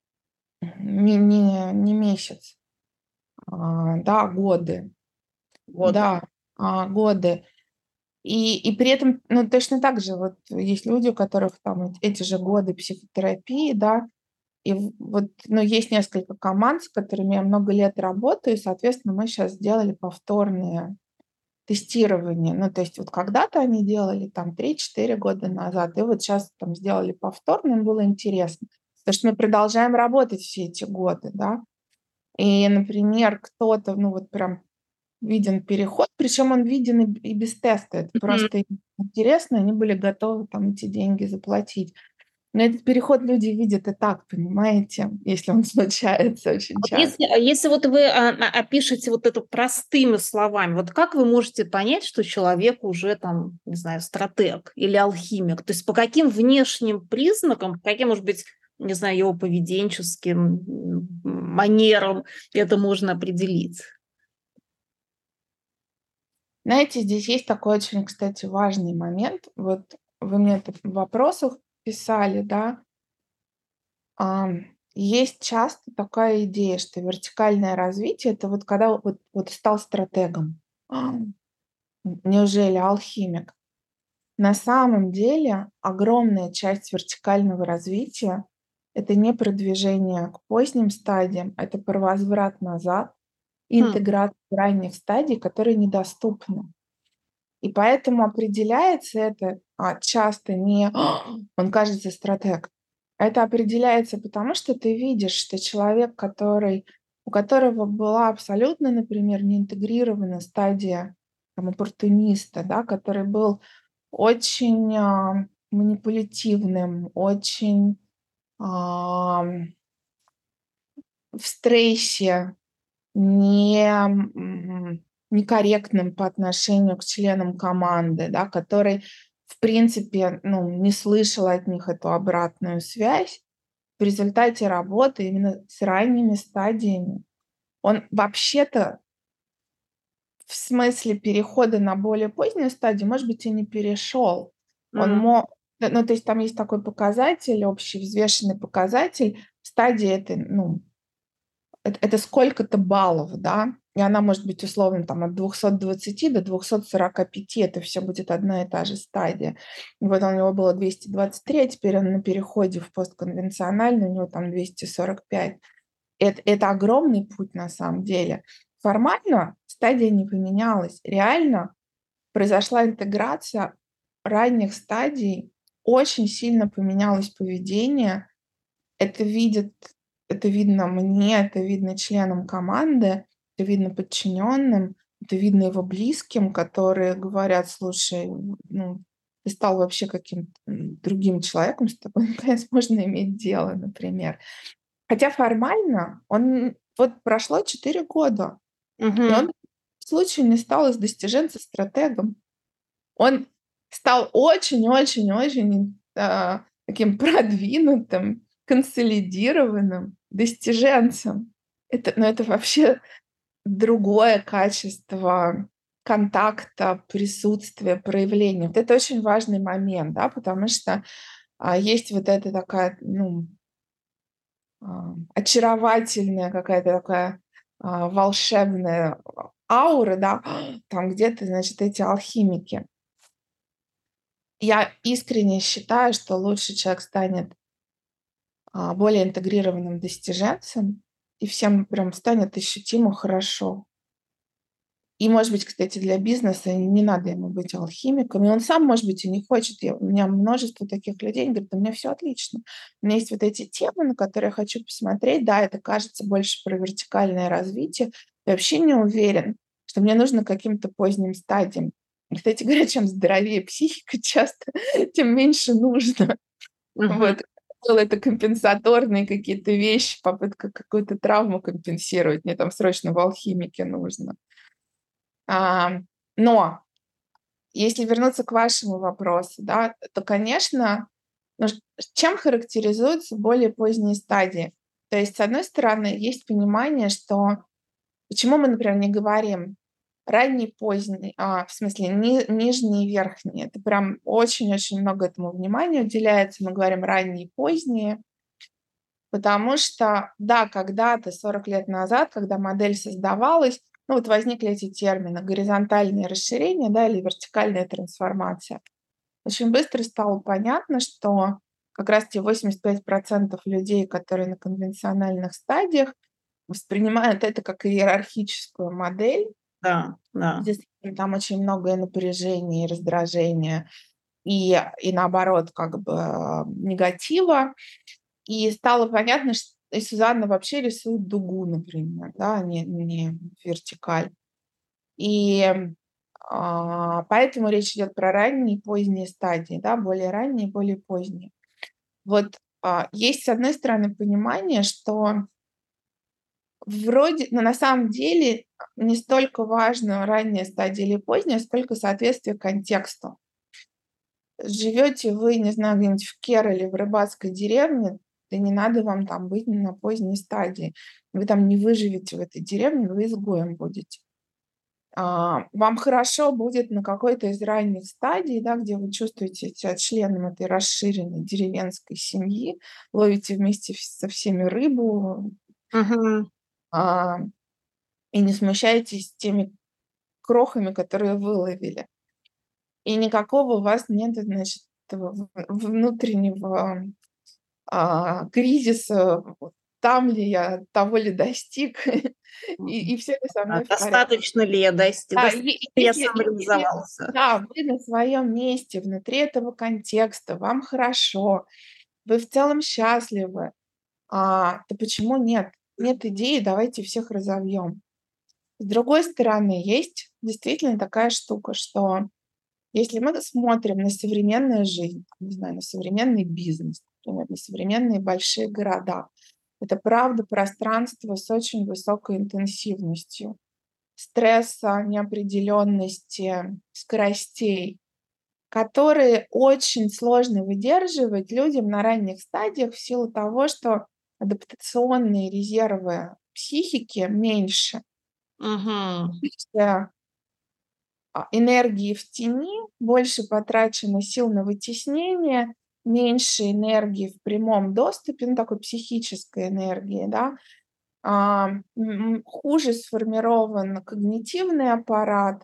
не месяц, да, годы. Да, годы. И при этом, точно так же есть люди, у которых там эти же годы психотерапии, да, и есть несколько команд, с которыми я много лет работаю, и, соответственно, мы сейчас сделали повторные тестирования. То есть когда-то они делали там 3-4 года назад, и сейчас там сделали повторно, им было интересно. Потому что мы продолжаем работать все эти годы, да. И, например, кто-то, прям виден переход, причем он виден и без теста. Это просто интересно, они были готовы там эти деньги заплатить. Но этот переход люди видят и так, понимаете, если он случается очень часто. Если вы опишете это простыми словами, как вы можете понять, что человек уже там, не знаю, стратег или алхимик? То есть по каким внешним признакам, по каким, может быть, не знаю, его поведенческим манерам это можно определить? Знаете, здесь есть такой очень, кстати, важный момент. Вы мне это в вопросах писали, да. Есть часто такая идея, что вертикальное развитие — это когда стал стратегом. Неужели алхимик? На самом деле огромная часть вертикального развития — это не продвижение к поздним стадиям, это про возврат назад, интеграция ранних стадий, которые недоступны. И поэтому определяется это часто не «он, кажется, стратег». Это определяется потому, что ты видишь, что человек, у которого была абсолютно, например, неинтегрирована стадия там, оппортуниста, да, который был очень манипулятивным, очень в стрессе, некорректным по отношению к членам команды, да, который, в принципе, не слышал от них эту обратную связь. В результате работы именно с ранними стадиями он вообще-то в смысле перехода на более позднюю стадию, может быть, и не перешел. То есть там есть такой показатель, общий взвешенный показатель стадии этой, это сколько-то баллов, да, и она может быть условно там от 220 до 245, это все будет одна и та же стадия. И вот у него было 223, а теперь он на переходе в постконвенциональный, у него там 245. Это огромный путь на самом деле. Формально стадия не поменялась. Реально произошла интеграция ранних стадий, очень сильно поменялось поведение. Это видит, это видно мне, это видно членам команды, это видно подчиненным, это видно его близким, которые говорят: слушай, ну, ты стал вообще каким-то другим человеком, с тобой наконец можно иметь дело, например. Хотя формально он вот прошло 4 года, и он Мгм. в случае не стал из достиженца стратегом. Он стал очень-очень-очень, таким продвинутым, консолидированным достиженцем. Это вообще другое качество контакта, присутствия, проявления. Вот это очень важный момент, да, потому что, есть вот эта такая, ну, очаровательная какая-то такая, волшебная аура, да, там где-то, значит, эти алхимики. Я искренне считаю, что лучше человек станет, более интегрированным достиженцем, и всем прям станет ощутимо хорошо. И, может быть, кстати, для бизнеса не надо ему быть алхимиком, и он сам, может быть, и не хочет. У меня множество таких людей, они говорят: "У меня все отлично. У меня есть вот эти темы, на которые я хочу посмотреть. Да, это кажется больше про вертикальное развитие. Я вообще не уверен, что мне нужно к каким-то поздним стадиям". И, кстати говоря, чем здоровее психика часто, тем меньше нужно. Мгм. Вот. Это компенсаторные какие-то вещи, попытка какую-то травму компенсировать. Мне там срочно в алхимике нужно. А, но если вернуться к вашему вопросу, да, то, конечно, чем характеризуются более поздние стадии? То есть, с одной стороны, есть понимание, что почему мы, например, не говорим ранний, поздний, в смысле нижний и верхний. Это прям очень-очень много этому внимания уделяется. Мы говорим ранние и поздние, потому что, да, когда-то, 40 лет назад, когда модель создавалась, ну, вот возникли эти термины: горизонтальное расширение, да, или вертикальная трансформация. Очень быстро стало понятно, что как раз те 85% людей, которые на конвенциональных стадиях, воспринимают это как иерархическую модель. Да, да. Действительно, там очень многое напряжение и раздражение, и наоборот, как бы, негатива. И стало понятно, что и Сюзанна вообще рисует дугу, например, да, не вертикаль. И, поэтому речь идет про ранние и поздние стадии, да, более ранние, более поздние. Вот, есть, с одной стороны, понимание, что вроде, но на самом деле, не столько важно ранняя стадия или поздняя, сколько соответствие контексту. Живете вы, не знаю, где-нибудь в Кероле, в рыбацкой деревне, да не надо вам там быть на поздней стадии. Вы там не выживете в этой деревне, вы изгоем будете. Вам хорошо будет на какой-то из ранних стадий, да, где вы чувствуете себя членом этой расширенной деревенской семьи, ловите вместе со всеми рыбу, Мгм. а, и не смущаетесь теми крохами, которые выловили. И никакого у вас нет, значит, этого внутреннего кризиса, вот там ли я, того ли достиг, и всё ли со Да, мной в порядке. достаточно ли я достиг, Да, достаточно ли я если, самореализовался? да, вы на своем месте, внутри этого контекста, вам хорошо, вы в целом счастливы, то почему нет? Нет идеи, давайте всех разовьем. С другой стороны, есть действительно такая штука, что если мы смотрим на современную жизнь, не знаю, на современный бизнес, например, на современные большие города, это правда пространство с очень высокой интенсивностью стресса, неопределенности, скоростей, которые очень сложно выдерживать людям на ранних стадиях в силу того, что адаптационные резервы психики меньше. Мгм. То есть, энергии в тени, больше потрачено сил на вытеснение, меньше энергии в прямом доступе, ну, такой психической энергии, да. хуже сформирован когнитивный аппарат,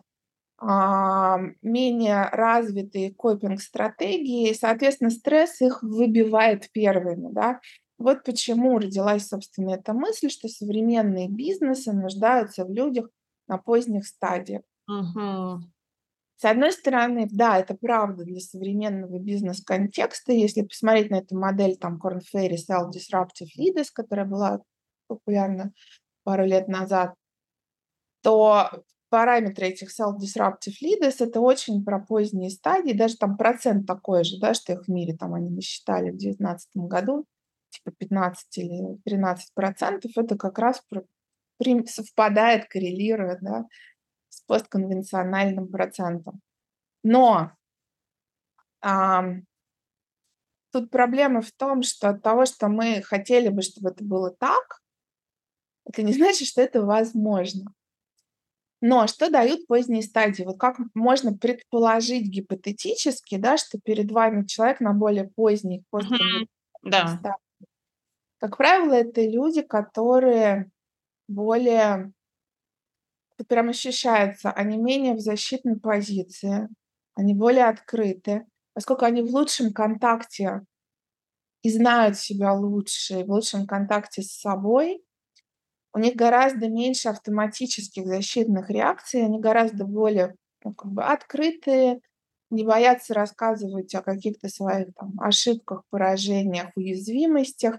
менее развитые копинг-стратегии, и, соответственно, стресс их выбивает первыми, да. Вот почему родилась, собственно, эта мысль, что современные бизнесы нуждаются в людях на поздних стадиях. Мгм. С одной стороны, да, это правда для современного бизнес-контекста. Если посмотреть на эту модель там Корн Ферри Self-Disruptive Leaders, которая была популярна пару лет назад, то параметры этих self-disruptive leaders — это очень про поздние стадии. Даже там процент такой же, да, что их в мире там они насчитали в 2019 году, типа 15 или 13%. Это как раз совпадает, коррелирует, да, с постконвенциональным процентом. Но ам, тут проблема в том, что от того, что мы хотели бы, чтобы это было так, это не значит, что это возможно. Но что дают поздние стадии? Вот как можно предположить гипотетически, да, что перед вами человек на более поздних Мгм. постконвенциональных Да. стадиях? Как правило, это люди, которые более, вот прям ощущается, они менее в защитной позиции, они более открыты, поскольку они в лучшем контакте и знают себя лучше, и в лучшем контакте с собой, у них гораздо меньше автоматических защитных реакций, они гораздо более, ну, как бы открытые, не боятся рассказывать о каких-то своих там ошибках, поражениях, уязвимостях.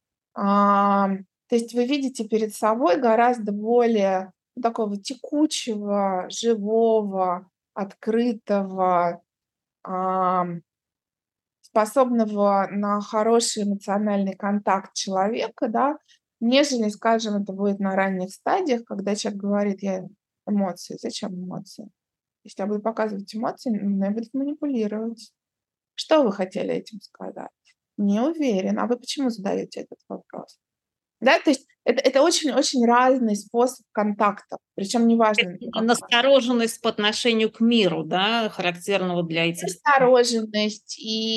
То есть вы видите перед собой гораздо более такого текучего, живого, открытого, ам, способного на хороший эмоциональный контакт человека, да, нежели, скажем, это будет на ранних стадиях, когда человек говорит: "Я эмоции". Зачем эмоции? Если я буду показывать эмоции, мной будут манипулировать. Что вы хотели этим сказать? Не уверен. А вы почему задаете этот вопрос? Да, то есть это очень-очень разный способ контакта, причем неважно какой. Настороженность по отношению к миру, да, характерного для этих Осторожность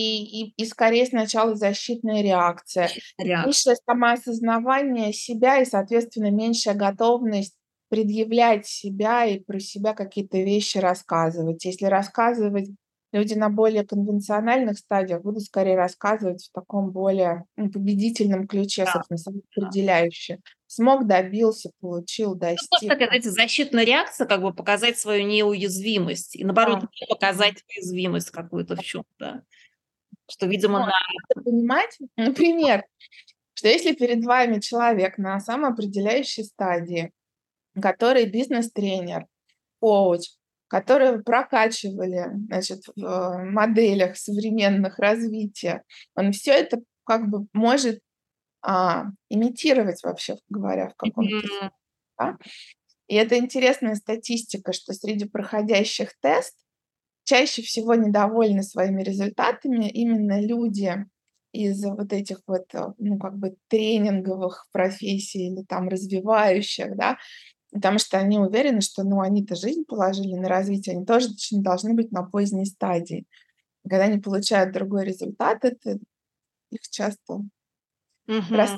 и скорее сначала защитная реакция, реакций. меньшее самоосознавание себя и, соответственно, меньшая готовность предъявлять себя и про себя какие-то вещи рассказывать. Если рассказывать, люди на более конвенциональных стадиях будут скорее рассказывать в таком более, победительном ключе, Да, собственно, да. самоопределяюще. Смог, добился, получил, Ну, просто достиг. такая, знаете, защитная реакция, как бы показать свою неуязвимость и, наоборот, Да. не показать уязвимость какую-то в чём-то. Что, видимо, Вот. на Надо понимать, например, что если перед вами человек на самоопределяющей стадии, который бизнес-тренер, коуч, которого прокачивали, значит, в моделях современных развития, он все это как бы может, имитировать, вообще говоря, в каком-то Мгм. смысле, да. И это интересная статистика, что среди проходящих тест чаще всего недовольны своими результатами именно люди из вот этих вот, ну, как бы тренинговых профессий или там развивающих, да, потому что они уверены, что, ну, они-то жизнь положили на развитие, они тоже должны быть на поздней стадии. Когда они получают другой результат, это их часто Мгм. рас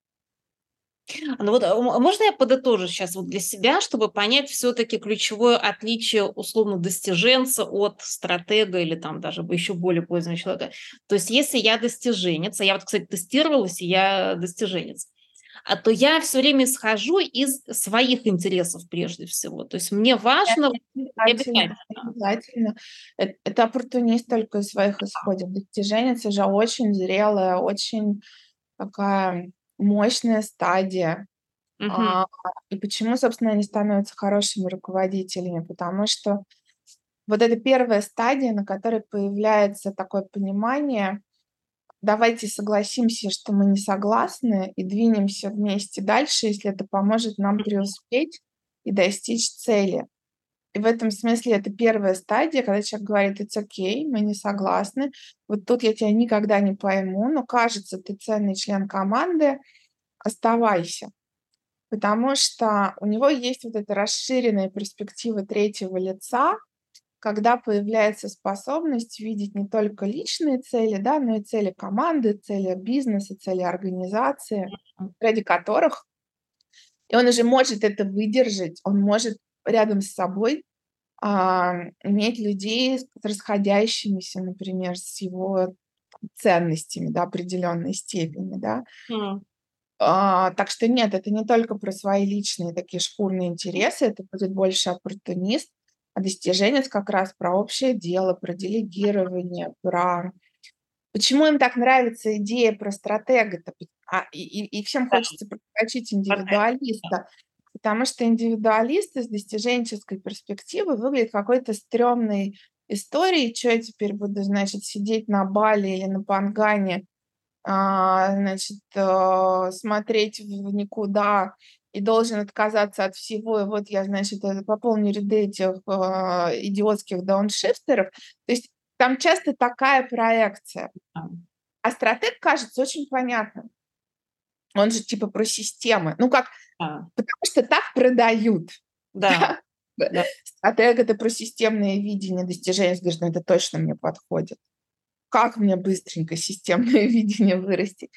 Ну вот, можно я подытожу сейчас вот для себя, чтобы понять все таки ключевое отличие условно достиженца от стратега или там даже еще более позднего человека? То есть если я достиженец, а я вот, кстати, тестировалась, и я достиженец, то я все время исхожу из своих интересов прежде всего. То есть мне важно обязательно, приобретать. обязательно. Это оппортунист только из своих исходит. Достиженец — уже очень зрелая, очень такая мощная стадия. Мгм. А, и почему, собственно, они становятся хорошими руководителями? Потому что вот это первая стадия, на которой появляется такое понимание: давайте согласимся, что мы не согласны, и двинемся вместе дальше, если это поможет нам преуспеть и достичь цели. И в этом смысле это первая стадия, когда человек говорит: "It's okay, мы не согласны. Вот тут я тебя никогда не пойму, но кажется, ты ценный член команды, оставайся". Потому что у него есть вот эта расширенная перспектива третьего лица, когда появляется способность видеть не только личные цели, да, но и цели команды, цели бизнеса, цели организации, ради которых И он уже может это выдержать, он может рядом с собой иметь людей с расходящимися, например, с его ценностями до определенной степени, да. М. Так что нет, это не только про свои личные такие шкурные интересы, это будет больше оппортунист, а достиженец как раз про общее дело, про делегирование, про... Почему им так нравится идея про стратега-то? И всем Да, хочется проскочить хватает. Да. индивидуалиста, потому что индивидуалист из достиженческой перспективы выглядит какой-то стрёмной историей. Чё я теперь буду, значит, сидеть на Бали или на Пангане, значит, смотреть в никуда и должен отказаться от всего. И вот я, значит, пополню ряды этих идиотских дауншифтеров. То есть там часто такая проекция. Да. А стратег кажется очень понятным. Он же типа про системы. Ну как, Да. потому что так продают. Да. Да. Да. Стратег — это про системное видение достижений. Говоришь, ну это точно мне подходит. Как мне быстренько системное видение вырастить?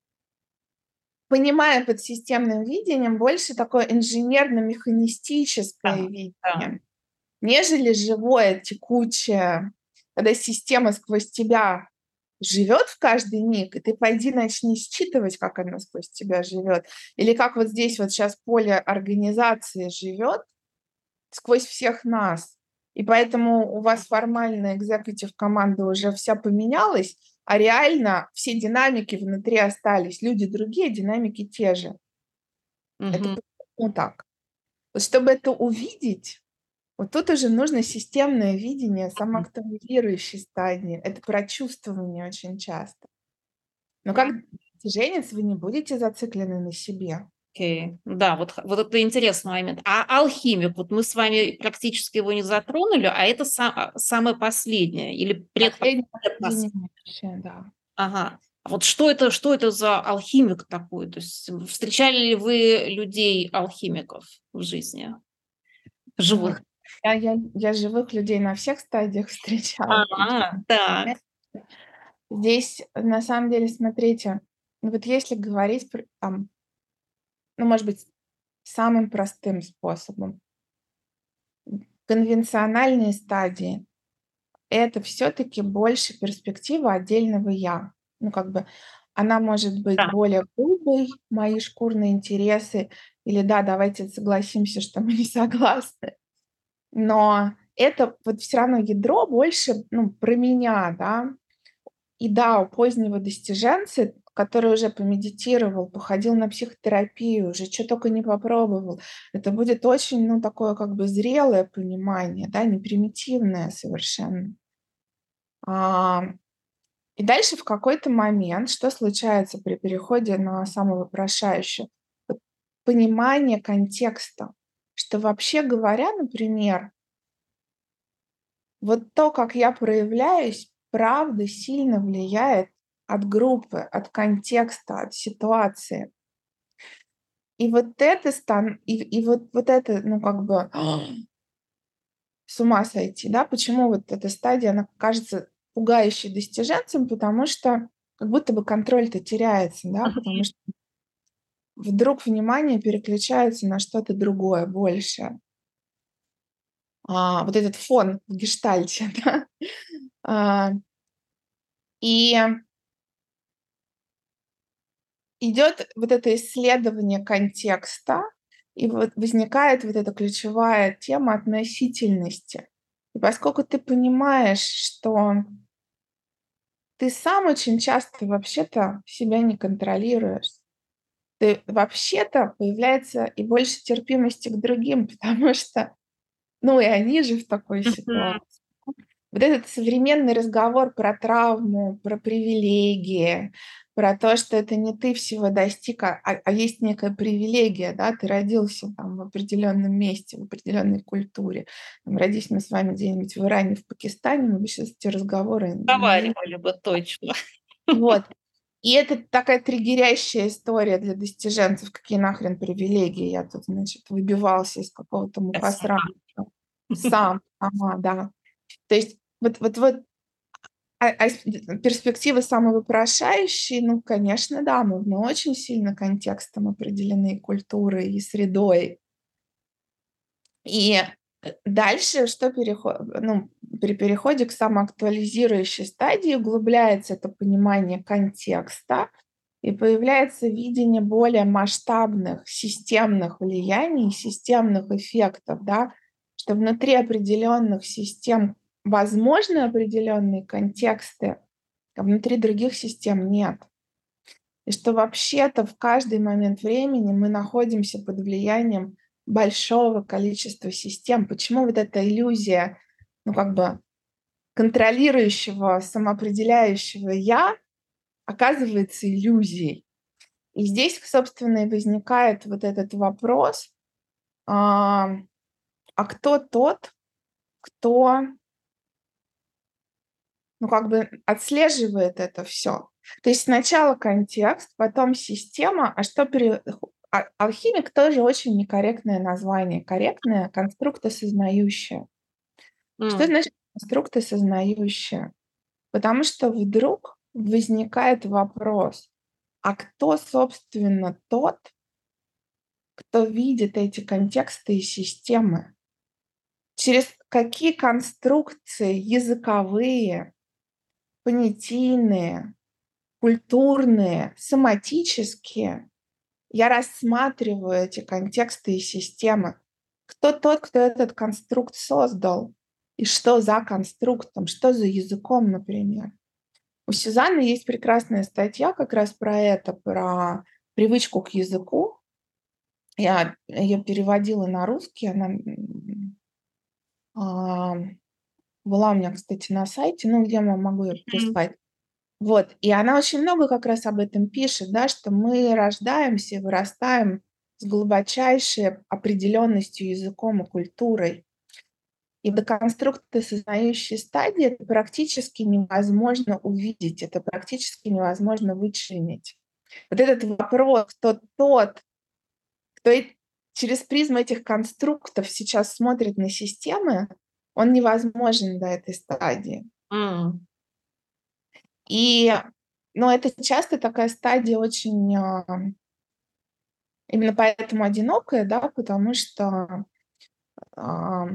Понимая под системным видением больше такое инженерно-механистическое Да. видение, нежели живое, текучее, когда система сквозь тебя живет в каждый миг, и ты пойди начни считывать, как она сквозь тебя живет. Или как вот здесь вот сейчас поле организации живет сквозь всех нас. И поэтому у вас формально экзекутив команда уже вся поменялась, а реально все динамики внутри остались. Люди другие, динамики те же. Это Мгм. почему так? Вот чтобы это увидеть, вот тут уже нужно системное видение Мгм. самоактуализирующей стадии. Это прочувствование очень часто. Но как достиженец вы не будете зациклены на себе. Окей. Да, вот это интересный момент. А алхимик, вот мы с вами практически его не затронули, а это самое последнее или Последнее предпоследнее? объединяющее, да. Ага. А вот что это за алхимик такой? То есть встречали ли вы людей-алхимиков в жизни? Ой, Живых? я живых людей на всех стадиях встречала, причем. Так. Здесь, на самом деле, смотрите, ну вот если говорить про там, ну, может быть, самым простым способом. Конвенциональные стадии — это все таки больше перспектива отдельного "я". Ну, как бы она может быть Да. более грубой, мои шкурные интересы, или да, давайте согласимся, что мы не согласны. Но это вот все равно ядро больше, ну, про меня, да. И да, у позднего достиженца, который уже помедитировал, походил на психотерапию, уже чё тока не попробовал, это будет очень, ну, такое как бы зрелое понимание, да, не примитивное совершенно. А, и дальше в какой-то момент что случается при переходе на самовопрошающее? Вот понимание контекста, что, вообще говоря, например, вот то, как я проявляюсь, правда сильно влияет от группы, от контекста, от ситуации. И вот это вот это, ну, как бы с ума сойти, да. Почему вот эта стадия, она кажется пугающей достиженцем? Потому что как будто бы контроль-то теряется, да, потому что вдруг внимание переключается на что-то другое, большее. Вот этот фон в гештальте, да. А, и идет вот это исследование контекста, и вот возникает вот эта ключевая тема относительности. И поскольку ты понимаешь, что ты сам очень часто вообще-то себя не контролируешь, ты вообще-то появляется и больше терпимости к другим, потому что, ну, и они же в такой Мгм. ситуации. Вот этот современный разговор про травму, про привилегии, про то, что это не ты всего достиг, а есть некая привилегия, да, ты родился там в определенном месте, в определенной культуре. Там, родись мы с вами где-нибудь в Иране, в Пакистане, мы бы сейчас эти разговоры не вели. Разговаривали бы точно. Вот. И это такая триггерящая история для достиженцев. Какие нахрен привилегии? Я тут, значит, выбивался из какого-то Я мухосрана. сама. Сам, сама, да. То есть вот перспективы самовопрошающие, ну, конечно, да, мы очень сильно контекстом определены, культурой и средой. И дальше, что при переходе к самоактуализирующей стадии углубляется это понимание контекста и появляется видение более масштабных системных влияний, системных эффектов, да, что внутри определенных систем возможны определенные контексты, а внутри других систем нет. И что вообще-то в каждый момент времени мы находимся под влиянием большого количества систем. Почему вот эта иллюзия, ну, как бы контролирующего, самоопределяющего «я» оказывается иллюзией? И здесь, собственно, и возникает вот этот вопрос, а, а кто тот, кто, ну, как бы отслеживает это все? То есть сначала контекст, потом система, алхимик тоже очень некорректное название. Корректное — конструкт осознающее. Что М. значит конструкт осознающее? Потому что вдруг возникает вопрос, а кто, собственно, тот, кто видит эти контексты и системы? Через какие конструкции языковые, понятийные, культурные, соматические я рассматриваю эти контексты и системы? Кто тот, кто этот конструкт создал? И что за конструктом, что за языком, например? У Сюзанны есть прекрасная статья как раз про это, про привычку к языку. Я ее переводила на русский, она а, была у меня, кстати, на сайте, ну, я вам могу ее М. прислать. Вот, и она очень много как раз об этом пишет, да, что мы рождаемся и вырастаем с глубочайшей определенностью языком и культурой. И до конструкта сознающей стадии это практически невозможно увидеть, это практически невозможно вычленить. Вот этот вопрос, кто тот, кто через призму этих конструктов сейчас смотрит на системы, он невозможен до этой стадии. М. И, ну, это часто такая стадия очень, именно поэтому одинокая, да, потому что а,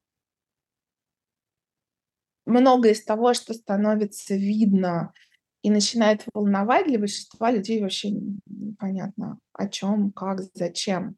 многое из того, что становится видно и начинает волновать, для большинства людей вообще непонятно о чем, как, зачем.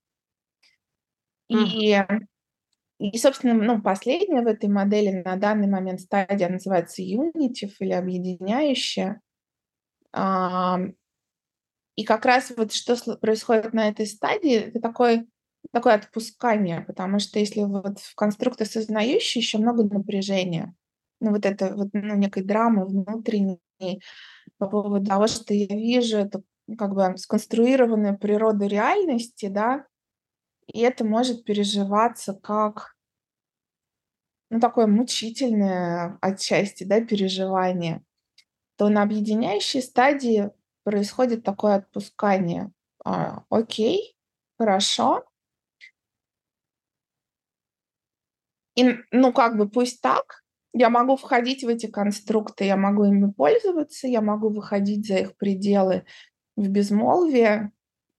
Мгм. И, и собственно, ну, последняя в этой модели на данный момент стадия называется юнитив или объединяющая. А, И как раз вот что происходит на этой стадии, это такое отпускание, потому что если вот в конструкте осознающий еще много напряжения, ну вот это вот ну, некой драмы внутренней по поводу того, что я вижу, это как бы сконструированная природа реальности, да, и это может переживаться как, ну, такое мучительное отчасти, да, переживание, то на объединяющей стадии происходит такое отпускание. Окей, хорошо. И, ну, как бы пусть так. Я могу входить в эти конструкты, я могу ими пользоваться, я могу выходить за их пределы в безмолвие.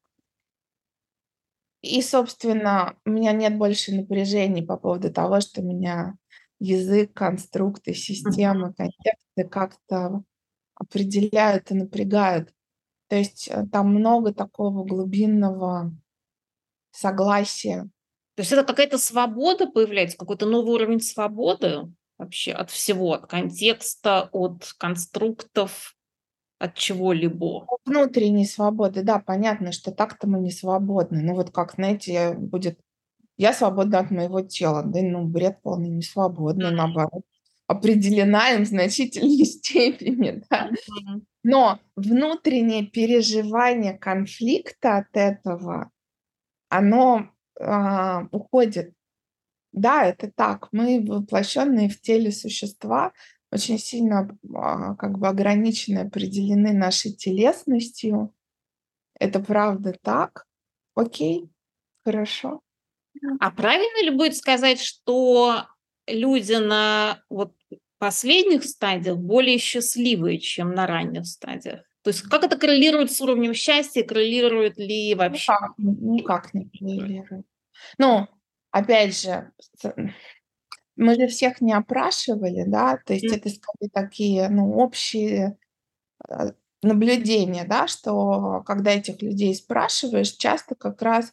И, собственно, у меня нет больше напряжений по поводу того, что меня язык, конструкты, Мгм. системы, контексты как-то определяют и напрягают. То есть там много такого глубинного согласия. То есть это какая-то свобода появляется, какой-то новый уровень свободы вообще от всего, от контекста, от конструктов, от чего-либо. Внутренней свободы, да, понятно, что так-то мы не свободны. Ну вот как, знаете, будет я свободна от моего тела, да, ну бред полный, не свободна, наоборот, определена им в значительной степени, да. Мгм. Но внутреннее переживание конфликта от этого, оно уходит. Да, это так. Мы воплощенные в теле существа, очень сильно как бы ограничены, определены нашей телесностью. Это правда так. Окей, хорошо. А правильно ли будет сказать, что люди на вот последних стадиях более счастливые, чем на ранних стадиях? То есть как это коррелирует с уровнем счастья, коррелирует ли вообще? Никак не коррелирует. Ну, опять же, мы же всех не опрашивали, да, то есть это скорее такие, ну, общие, э, наблюдения, да, что когда этих людей спрашиваешь, часто как раз,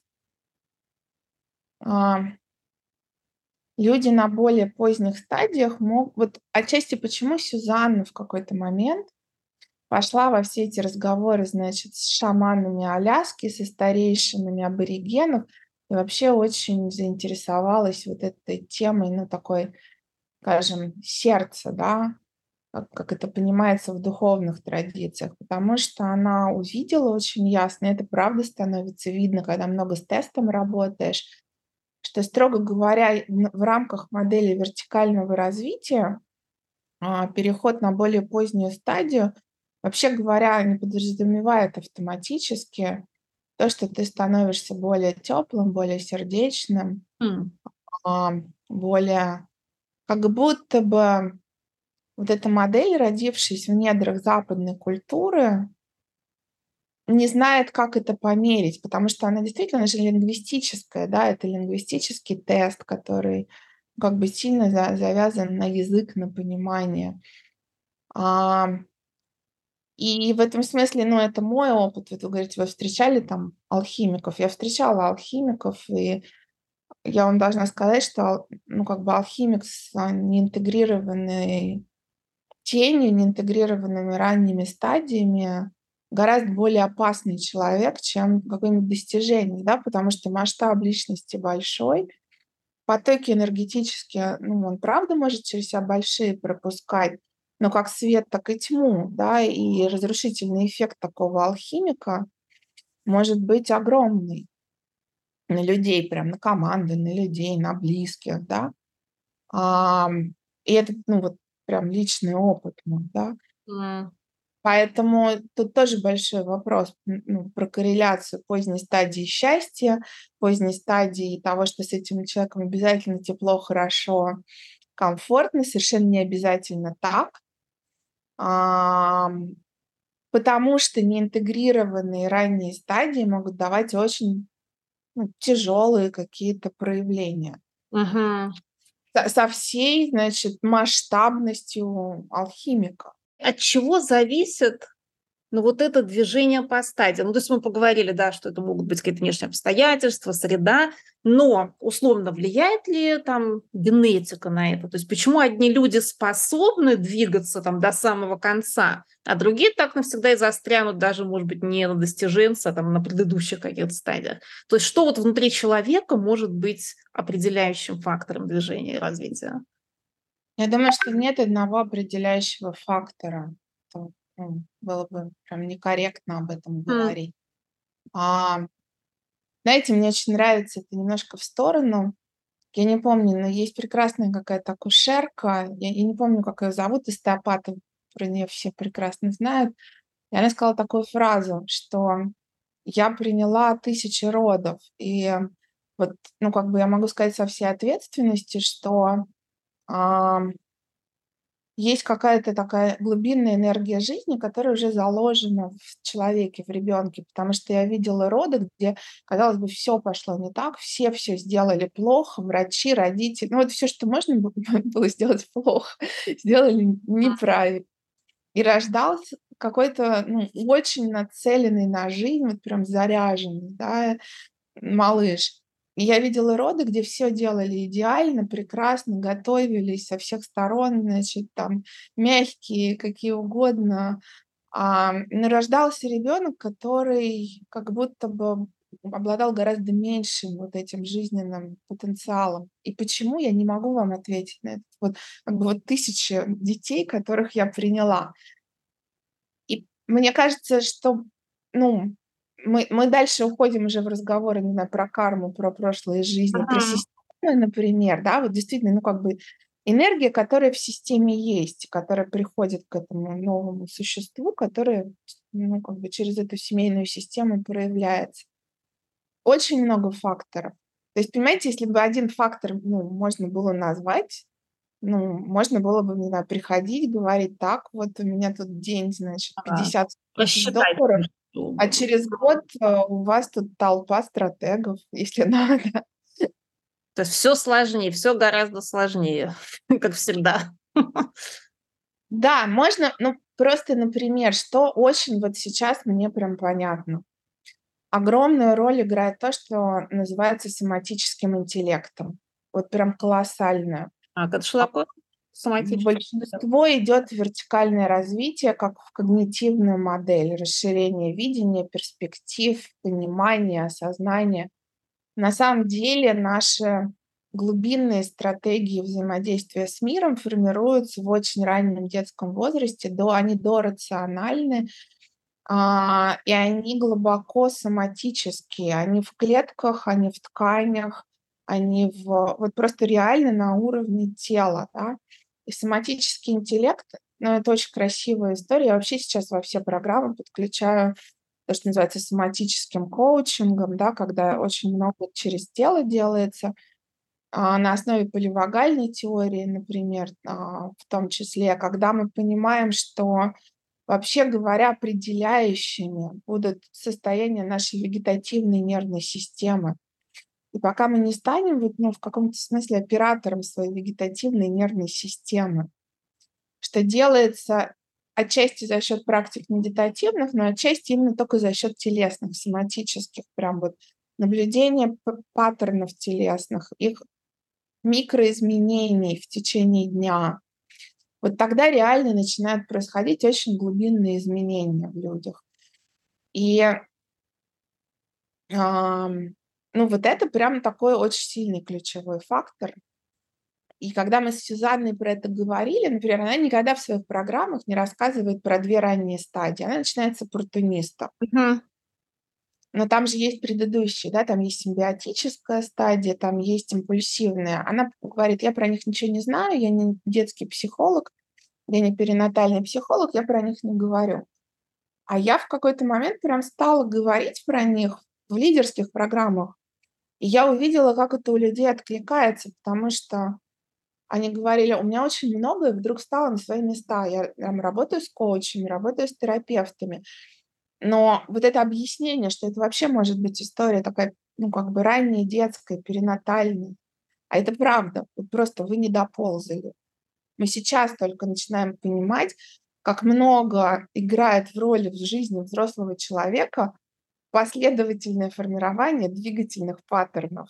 а, люди на более поздних стадиях вот отчасти почему Сюзанна в какой-то момент пошла во все эти разговоры, значит, с шаманами Аляски, со старейшинами аборигенов и вообще очень заинтересовалась вот этой темой, ну, такой, скажем, сердца, да, как это понимается в духовных традициях, потому что она увидела очень ясно, это правда становится видно, когда много с тестом работаешь, что, строго говоря, в рамках модели вертикального развития переход на более позднюю стадию, вообще говоря, не подразумевает автоматически то, что ты становишься более теплым, более сердечным, М. а, более как будто бы вот эта модель, родившись в недрах западной культуры, не знает, как это померить, потому что она действительно же лингвистическая, да, это лингвистический тест, который как бы сильно завязан на язык, на понимание. А, и в этом смысле, ну, это мой опыт. Вот вы говорите, вы встречали там алхимиков. Я встречала алхимиков, и я вам должна сказать, что, ну, как бы алхимик с неинтегрированной тенью, неинтегрированными ранними стадиями гораздо более опасный человек, чем какое-нибудь достижение, да, потому что масштаб личности большой, потоки энергетические, ну, он правда может через себя большие пропускать, но как свет, так и тьму, да, и разрушительный эффект такого алхимика может быть огромный на людей, прям на команды, на людей, на близких, да. И это, ну, вот прям личный опыт мой, да. М. Поэтому тут тоже большой вопрос, ну, про корреляцию поздней стадии счастья, поздней стадии того, что с этим человеком обязательно тепло, хорошо, комфортно, совершенно не обязательно так. Ам, Потому что неинтегрированные ранние стадии могут давать очень, ну, тяжелые какие-то проявления. Мгм. Со всей, значит, масштабностью алхимика. От чего зависит, ну, вот это движение по стадиям? Ну, то есть мы поговорили, да, что это могут быть какие-то внешние обстоятельства, среда, но условно влияет ли там генетика на это? То есть почему одни люди способны двигаться там до самого конца, а другие так навсегда и застрянут даже, может быть, не на достиженце, а там на предыдущих каких-то стадиях? То есть что вот внутри человека может быть определяющим фактором движения и развития? Я думаю, что нет одного определяющего фактора. Было бы прям некорректно об этом М. говорить. А, Знаете, мне очень нравится это немножко в сторону. Я не помню, но есть прекрасная какая-то акушерка. Я не помню, как ее зовут, остеопаты про нее все прекрасно знают. И она сказала такую фразу, что я приняла 1000 родов. И вот, ну, как бы я могу сказать со всей ответственностью, что есть какая-то такая глубинная энергия жизни, которая уже заложена в человеке, в ребенке. Потому что я видела роды, где, казалось бы, все пошло не так, все сделали плохо, врачи, родители. Ну, вот все, что можно было сделать плохо, сделали неправильно. И рождался какой-то, ну, очень нацеленный на жизнь, вот прям заряженный, да, малыш. И я видела роды, где все делали идеально, прекрасно, готовились со всех сторон, значит, там мягкие, какие угодно. Но рождался ребенок, который как будто бы обладал гораздо меньшим вот этим жизненным потенциалом. И почему, я не могу вам ответить на это. Вот как бы вот 1000 детей, которых я приняла. И мне кажется, что, ну, мы дальше уходим уже в разговоры, не знаю, про карму, про прошлые жизни, про Мгм. системы, например, да, вот действительно, ну, как бы энергия, которая в системе есть, которая приходит к этому новому существу, которое, ну, как бы через эту семейную систему проявляется. Очень много факторов. То есть, понимаете, если бы один фактор, ну, можно было назвать, Ну, можно было бы, не знаю, приходить, говорить: "Так, вот у меня тут день, значит, Ага. 50 тысяч Рассчитать долларов, нужно а было. через год, у вас тут толпа стратегов, если надо". То есть все сложнее, все гораздо сложнее, как всегда. Да, можно, ну, просто, например, что очень вот сейчас мне прям понятно. Огромную роль играет то, что называется соматическим интеллектом. Вот прям колоссальную. Это что такое? Соматический интеллект. Большинство идет в вертикальное развитие, как в когнитивную модель, расширение видения, перспектив, понимания, осознания. На самом деле наши глубинные стратегии взаимодействия с миром формируются в очень раннем детском возрасте, они дорациональны, и они глубоко соматические. Они в клетках, они в тканях, они вот просто реально на уровне тела, да. И соматический интеллект, ну, это очень красивая история. Я вообще сейчас во все программы подключаю то, что называется соматическим коучингом, да, когда очень много через тело делается, на основе поливагальной теории, например, в том числе, когда мы понимаем, что, вообще говоря, определяющими будут состояния нашей вегетативной нервной системы. И пока мы не станем вот, ну, в каком-то смысле оператором своей вегетативной нервной системы, что делается отчасти за счет практик медитативных, но отчасти именно только за счет телесных, соматических, прям вот наблюдения паттернов телесных, их микроизменений в течение дня. Вот тогда реально начинают происходить очень глубинные изменения в людях. И, ну, вот это прям такой очень сильный ключевой фактор. И когда мы с Сюзанной про это говорили, например, она никогда в своих программах не рассказывает про 2 ранние стадии. Она начинает с оппортуниста. Мгм. Но там же есть предыдущие, да, там есть симбиотическая стадия, там есть импульсивная. Она говорит: "Я про них ничего не знаю, я не детский психолог, я не перинатальный психолог, я про них не говорю". А я в какой-то момент прям стала говорить про них в лидерских программах, и я увидела, как это у людей откликается, потому что они говорили: "У меня очень многое вдруг стало на свои места. Я там работаю с коучами, работаю с терапевтами". Но вот это объяснение, что это вообще может быть история такая, ну, как бы ранняя детская, перинатальная. А это правда. Вот просто вы не доползали. Мы сейчас только начинаем понимать, как много играет в роли в жизни взрослого человека последовательное формирование двигательных паттернов.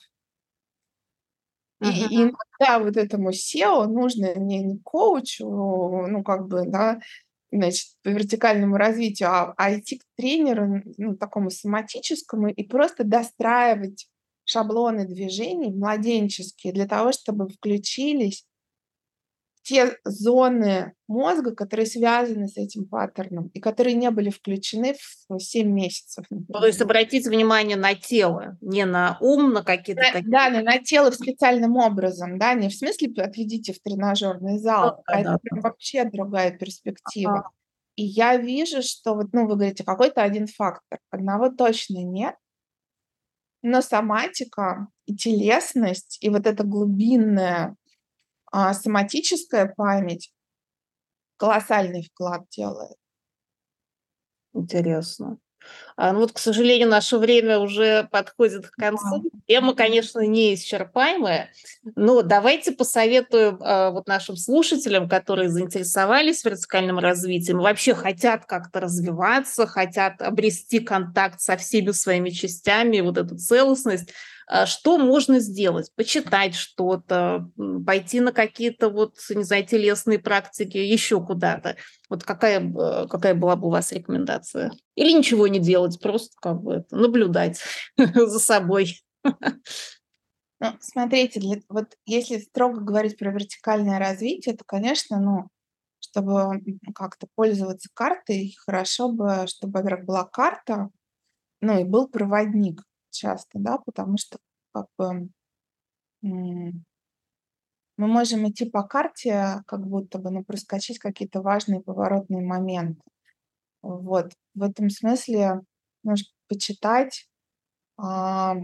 Мгм. И иногда вот этому SEO нужно не коучу, ну, как бы, да, значит, по вертикальному развитию, идти к тренеру, ну, такому соматическому, и просто достраивать шаблоны движений младенческие для того, чтобы включились те зоны мозга, которые связаны с этим паттерном и которые не были включены в 7 месяцев, Ну, то есть например. обратить внимание на тело, не на ум, на какие-то такие. Да, на тело специальным образом, да, не в смысле отведите в тренажерный Ну зал, а это да-да. прям вообще другая перспектива. Ага. И я вижу, что вот, ну, вы говорите, какой-то один фактор. Одного точно нет, но соматика и телесность, и вот эта глубинная, соматическая память колоссальный вклад делает. Интересно. Ну вот, к сожалению, наше время уже подходит к концу. Да. Тема, конечно, неисчерпаемая, но давайте посоветуем вот нашим слушателям, которые заинтересовались вертикальным развитием, вообще хотят как-то развиваться, хотят обрести контакт со всеми своими частями, вот эту целостность, что можно сделать? Почитать что-то, пойти на какие-то вот, не знаю, телесные практики, еще куда-то. Вот какая была бы у вас рекомендация? Или ничего не делать, просто как бы это наблюдать за собой. Ну, смотрите, вот если строго говорить про вертикальное развитие, то, конечно, ну, чтобы, как-то пользоваться картой, хорошо бы, чтобы, во-первых, была карта, ну и был проводник часто, да, потому что как бы, м, мы можем идти по карте, как будто бы, ну, проскочить какие-то важные поворотные моменты. Вот. В этом смысле нужно почитать,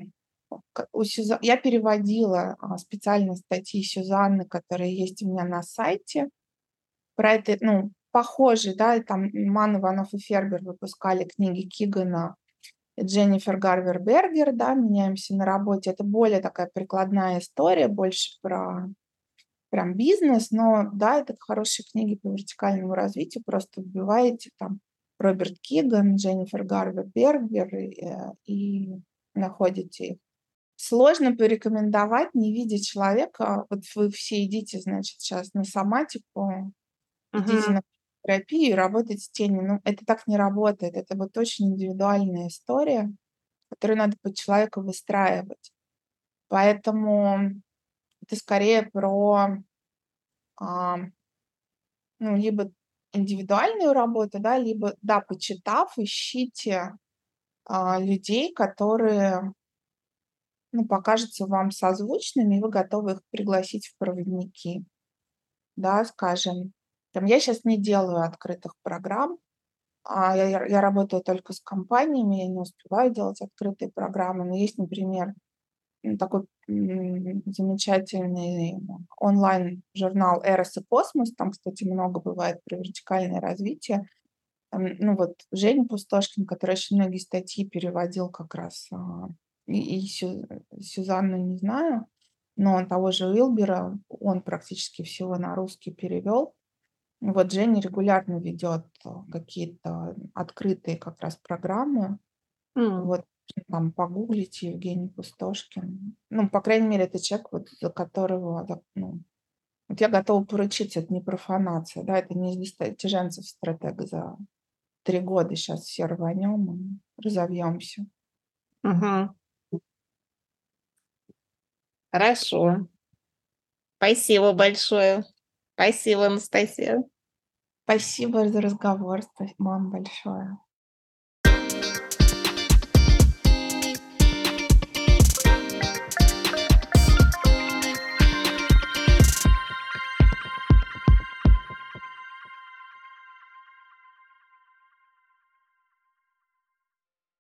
Я переводила специально статьи Сюзанны, которые есть у меня на сайте. Про это, ну, похожие, да, и там Ман, Иванов и Фербер выпускали книги Кигана и Дженнифер Гарвер Бергер, да, «Меняемся на работе». Это более такая прикладная история, больше про прям бизнес, но да, это хорошие книги по вертикальному развитию. Просто вбиваете там Роберт Киган, Дженнифер Гарвер Бергер и находите их. Сложно порекомендовать, не видя человека. Вот вы все идите, значит, сейчас на соматику, идите Мгм. на терапию и работайте с тенью. Ну, это так не работает. Это вот очень индивидуальная история, которую надо под человека выстраивать. Поэтому это скорее про, а, ну, либо индивидуальную работу, да, либо, да, почитав, ищите, людей, которые, ну, покажутся вам созвучными, и вы готовы их пригласить в проводники. Да, скажем, там я сейчас не делаю открытых программ, я работаю только с компаниями, я не успеваю делать открытые программы. Но есть, например, такой, замечательный онлайн-журнал «Эрос и Космос». Там, кстати, много бывает про вертикальное развитие. Ну вот Женя Пустошкин, который очень многие статьи переводил как раз, и Сюзанну не знаю, но он того же Уилбера, он практически всего на русский перевел. Вот Женя регулярно ведет какие-то открытые как раз программы. М. Вот там погуглите Евгений Пустошкин. Ну, по крайней мере, это человек, вот, за которого, да, ну, вот я готова поручиться, это не профанация, да, это не Тяженцев стратег за 3 года. Сейчас все рванем и разовьемся. Мгм. Хорошо. Спасибо большое. Спасибо, Анастасия. Спасибо за разговор. Спасибо вам большое.